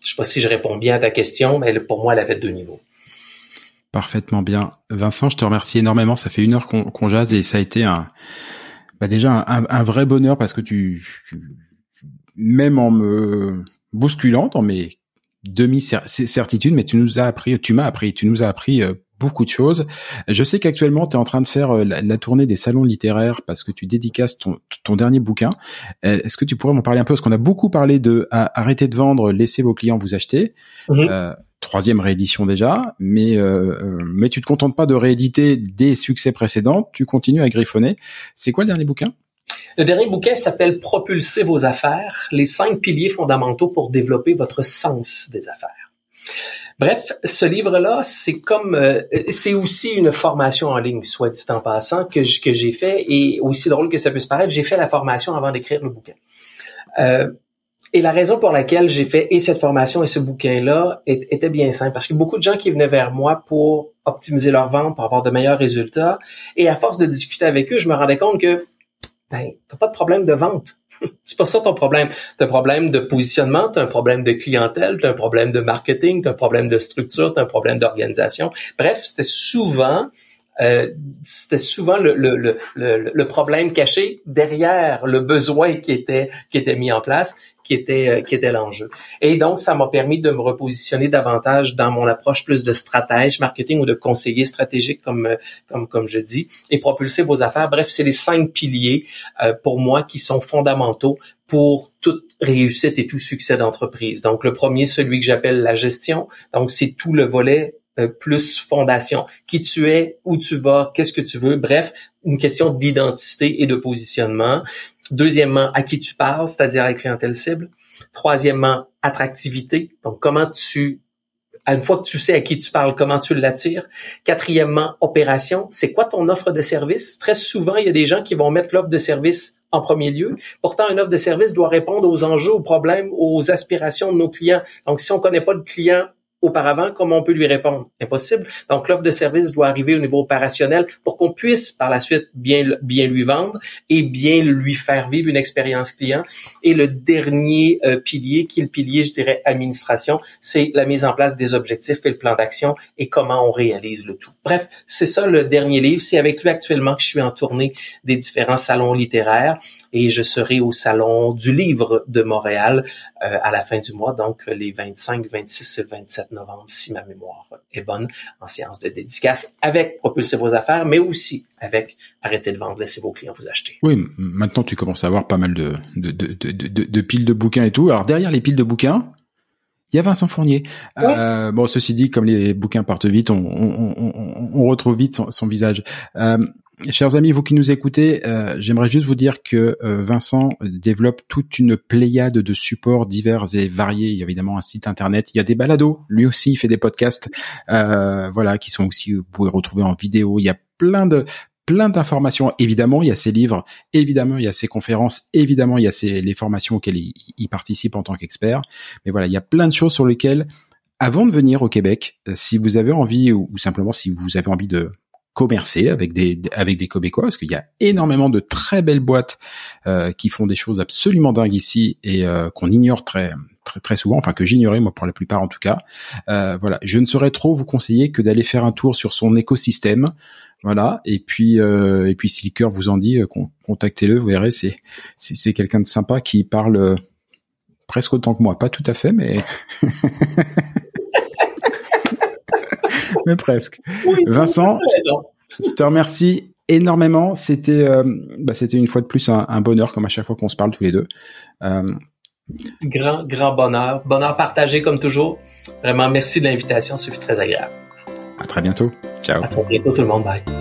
Je sais pas si je réponds bien à ta question, mais pour moi, elle avait deux niveaux. Parfaitement bien. Vincent, je te remercie énormément. Ça fait une heure qu'on, qu'on jase et ça a été un, bah déjà un, un vrai bonheur parce que tu, tu, même en me bousculant dans mes demi-certitudes, mais tu nous as appris, tu m'as appris, tu nous as appris beaucoup de choses. Je sais qu'actuellement, tu es en train de faire la, la tournée des salons littéraires parce que tu dédicaces ton, ton dernier bouquin. Est-ce que tu pourrais m'en parler un peu? Parce qu'on a beaucoup parlé de à, arrêter de vendre, laissez vos clients vous acheter. Mmh. Euh, troisième réédition déjà, mais euh, mais tu te contentes pas de rééditer des succès précédents, tu continues à griffonner. C'est quoi le dernier bouquin? Le dernier bouquin s'appelle « Propulser vos affaires, les cinq piliers fondamentaux pour développer votre sens des affaires ». Bref, ce livre-là, c'est comme euh, c'est aussi une formation en ligne, soit dit en passant, que, j, que j'ai fait, et aussi drôle que ça puisse paraître, j'ai fait la formation avant d'écrire le bouquin. Euh, Et la raison pour laquelle j'ai fait et cette formation et ce bouquin-là est, était bien simple, parce que beaucoup de gens qui venaient vers moi pour optimiser leur vente, pour avoir de meilleurs résultats, et à force de discuter avec eux, je me rendais compte que ben, t'as pas de problème de vente. C'est pas ça ton problème. T'as un problème de positionnement, t'as un problème de clientèle, t'as un problème de marketing, t'as un problème de structure, t'as un problème d'organisation. Bref, c'était souvent Euh, c'était souvent le, le, le, le, le problème caché derrière le besoin qui était qui était mis en place, qui était qui était l'enjeu. Et donc, ça m'a permis de me repositionner davantage dans mon approche plus de stratège marketing ou de conseiller stratégique, comme comme comme je dis, et propulser vos affaires. Bref, c'est les cinq piliers euh, pour moi qui sont fondamentaux pour toute réussite et tout succès d'entreprise. Donc, le premier, celui que j'appelle la gestion. Donc, c'est tout le volet Euh, plus fondation. Qui tu es, où tu vas, qu'est-ce que tu veux. Bref, une question d'identité et de positionnement. Deuxièmement, à qui tu parles, c'est-à-dire à la clientèle cible. Troisièmement, attractivité. Donc, comment tu, une fois que tu sais à qui tu parles, comment tu l'attires. Quatrièmement, opération. C'est quoi ton offre de service? Très souvent, il y a des gens qui vont mettre l'offre de service en premier lieu. Pourtant, une offre de service doit répondre aux enjeux, aux problèmes, aux aspirations de nos clients. Donc, si on connaît pas le client auparavant, comment on peut lui répondre? Impossible. Donc, l'offre de service doit arriver au niveau opérationnel pour qu'on puisse, par la suite, bien, bien lui vendre et bien lui faire vivre une expérience client. Et le dernier euh, pilier, qui est le pilier, je dirais, administration, c'est la mise en place des objectifs et le plan d'action et comment on réalise le tout. Bref, c'est ça le dernier livre. C'est avec lui actuellement que je suis en tournée des différents salons littéraires et je serai au Salon du Livre de Montréal euh, à la fin du mois, donc les vingt-cinq, vingt-six et vingt-sept novembre, si ma mémoire est bonne, en séance de dédicace, avec Propulser vos affaires, mais aussi avec Arrêtez de vendre, laissez vos clients vous acheter. Oui, maintenant tu commences à avoir pas mal de, de, de, de, de, de piles de bouquins et tout. Alors derrière les piles de bouquins, il y a Vincent Fournier. Ouais. Euh, bon, ceci dit, comme les bouquins partent vite, on, on, on, on retrouve vite son, son visage. Euh, Chers amis, vous qui nous écoutez, euh, j'aimerais juste vous dire que euh, Vincent développe toute une pléiade de supports divers et variés. Il y a évidemment un site internet, il y a des balados, lui aussi il fait des podcasts, euh, voilà, qui sont aussi, vous pouvez retrouver en vidéo. Il y a plein de plein d'informations. Évidemment, il y a ses livres, évidemment, il y a ses conférences, évidemment, il y a ses, les formations auxquelles il, il participe en tant qu'expert. Mais voilà, il y a plein de choses sur lesquelles, avant de venir au Québec, si vous avez envie, ou, ou simplement si vous avez envie de commercer avec des avec des Québécois, parce qu'il y a énormément de très belles boîtes euh, qui font des choses absolument dingues ici et euh, qu'on ignore très très très souvent, enfin que j'ignorais moi pour la plupart en tout cas. Euh, voilà, je ne saurais trop vous conseiller que d'aller faire un tour sur son écosystème, voilà. Et puis euh, et puis si le cœur vous en dit, euh, contactez-le, vous verrez, c'est c'est, c'est quelqu'un de sympa qui parle euh, presque autant que moi, pas tout à fait, mais mais presque. Oui, Vincent, je te remercie énormément. C'était, euh, bah, c'était une fois de plus un, un bonheur, comme à chaque fois qu'on se parle tous les deux. Euh... Grand, grand bonheur. Bonheur partagé comme toujours. Vraiment, merci de l'invitation. Ça fut très agréable. À très bientôt. Ciao. À très bientôt tout le monde. Bye.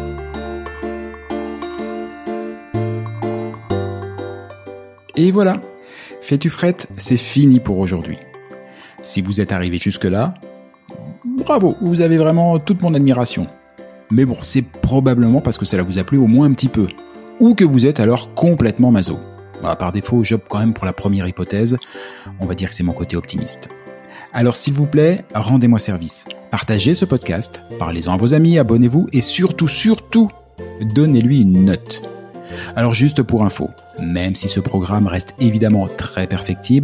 Et voilà. Fais-tu frette, c'est fini pour aujourd'hui. Si vous êtes arrivé jusque-là, bravo, vous avez vraiment toute mon admiration. Mais bon, c'est probablement parce que cela vous a plu au moins un petit peu. Ou que vous êtes alors complètement maso. Bah, par défaut, j'opte quand même pour la première hypothèse. On va dire que c'est mon côté optimiste. Alors s'il vous plaît, rendez-moi service. Partagez ce podcast, parlez-en à vos amis, abonnez-vous et surtout, surtout, donnez-lui une note. Alors juste pour info, même si ce programme reste évidemment très perfectible,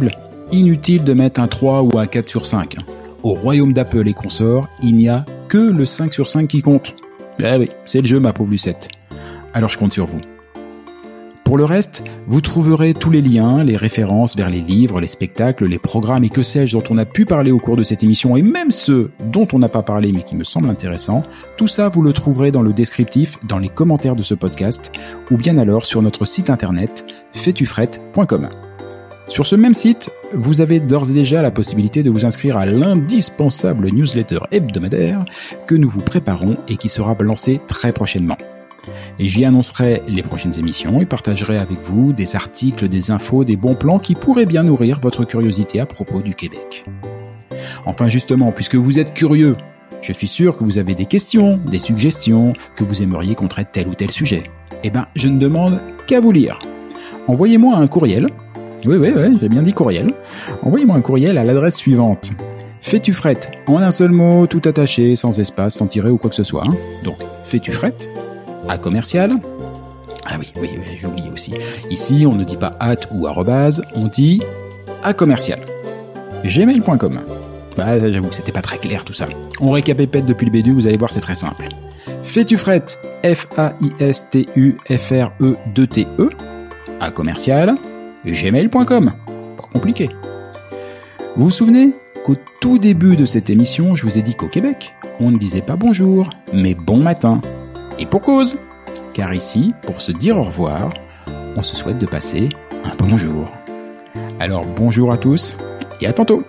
inutile de mettre un trois ou un quatre sur cinq. Au royaume d'Apple et consorts, il n'y a que le cinq sur cinq qui compte. Ah oui, c'est le jeu, ma pauvre Lucette. Alors je compte sur vous. Pour le reste, vous trouverez tous les liens, les références vers les livres, les spectacles, les programmes et que sais-je dont on a pu parler au cours de cette émission et même ceux dont on n'a pas parlé mais qui me semblent intéressants. Tout ça, vous le trouverez dans le descriptif, dans les commentaires de ce podcast ou bien alors sur notre site internet fetufret point com. Sur ce même site, vous avez d'ores et déjà la possibilité de vous inscrire à l'indispensable newsletter hebdomadaire que nous vous préparons et qui sera lancé très prochainement. Et j'y annoncerai les prochaines émissions et partagerai avec vous des articles, des infos, des bons plans qui pourraient bien nourrir votre curiosité à propos du Québec. Enfin justement, puisque vous êtes curieux, je suis sûr que vous avez des questions, des suggestions, que vous aimeriez qu'on traite tel ou tel sujet. Eh ben, je ne demande qu'à vous lire. Envoyez-moi un courriel. Oui, oui, oui, j'ai bien dit courriel. Envoyez-moi un courriel à l'adresse suivante. Fetufret, en un seul mot, tout attaché, sans espace, sans tiret ou quoi que ce soit. Hein. Donc, Fetufret, à commercial. Ah oui, oui, oui, j'ai oublié aussi. Ici, on ne dit pas at ou arrobase, on dit à commercial. gmail point com. Bah, j'avoue que c'était pas très clair tout ça. On récapépète depuis le début, vous allez voir, c'est très simple. Fetufret, F A I S T U F R E deux T E, à commercial, gmail point com. Pas compliqué. Vous vous souvenez qu'au tout début de cette émission, je vous ai dit qu'au Québec, on ne disait pas bonjour, mais bon matin. Et pour cause, car ici, pour se dire au revoir, on se souhaite de passer un bonjour. Alors bonjour à tous et à tantôt.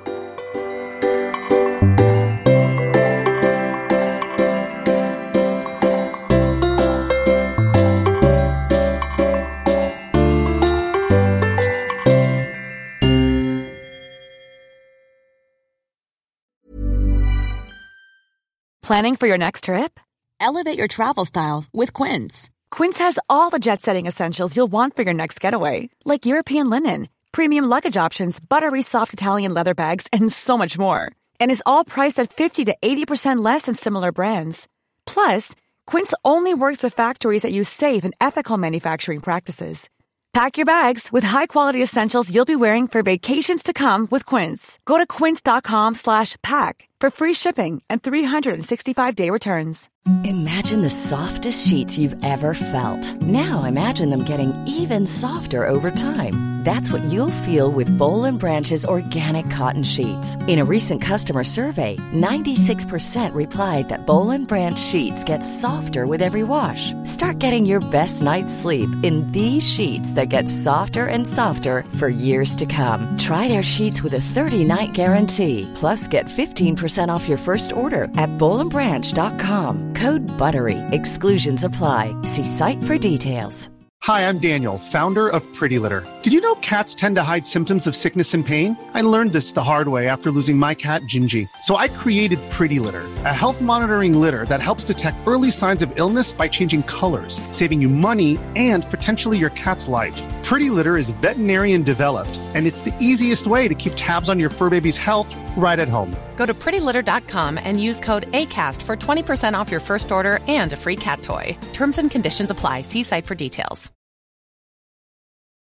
Planning for your next trip? Elevate your travel style with Quince. Quince has all the jet-setting essentials you'll want for your next getaway, like European linen, premium luggage options, buttery soft Italian leather bags, and so much more. And is all priced at fifty to eighty percent less than similar brands. Plus, Quince only works with factories that use safe and ethical manufacturing practices. Pack your bags with high-quality essentials you'll be wearing for vacations to come with Quince. Go to quince.com slash pack for free shipping and three sixty-five day returns. Imagine the softest sheets you've ever felt. Now imagine them getting even softer over time. That's what you'll feel with Boll and Branch's organic cotton sheets. In a recent customer survey, ninety-six percent replied that Boll and Branch sheets get softer with every wash. Start getting your best night's sleep in these sheets that get softer and softer for years to come. Try their sheets with a thirty-night guarantee. Plus, get fifteen percent off your first order at boll and branch dot com. Code BUTTERY. Exclusions apply. See site for details. Hi, I'm Daniel, founder of Pretty Litter. Did you know cats tend to hide symptoms of sickness and pain? I learned this the hard way after losing my cat, Gingy. So I created Pretty Litter, a health monitoring litter that helps detect early signs of illness by changing colors, saving you money and potentially your cat's life. Pretty Litter is veterinarian developed, and it's the easiest way to keep tabs on your fur baby's health right at home. Go to pretty litter dot com and use code ACAST for twenty percent off your first order and a free cat toy. Terms and conditions apply. See site for details.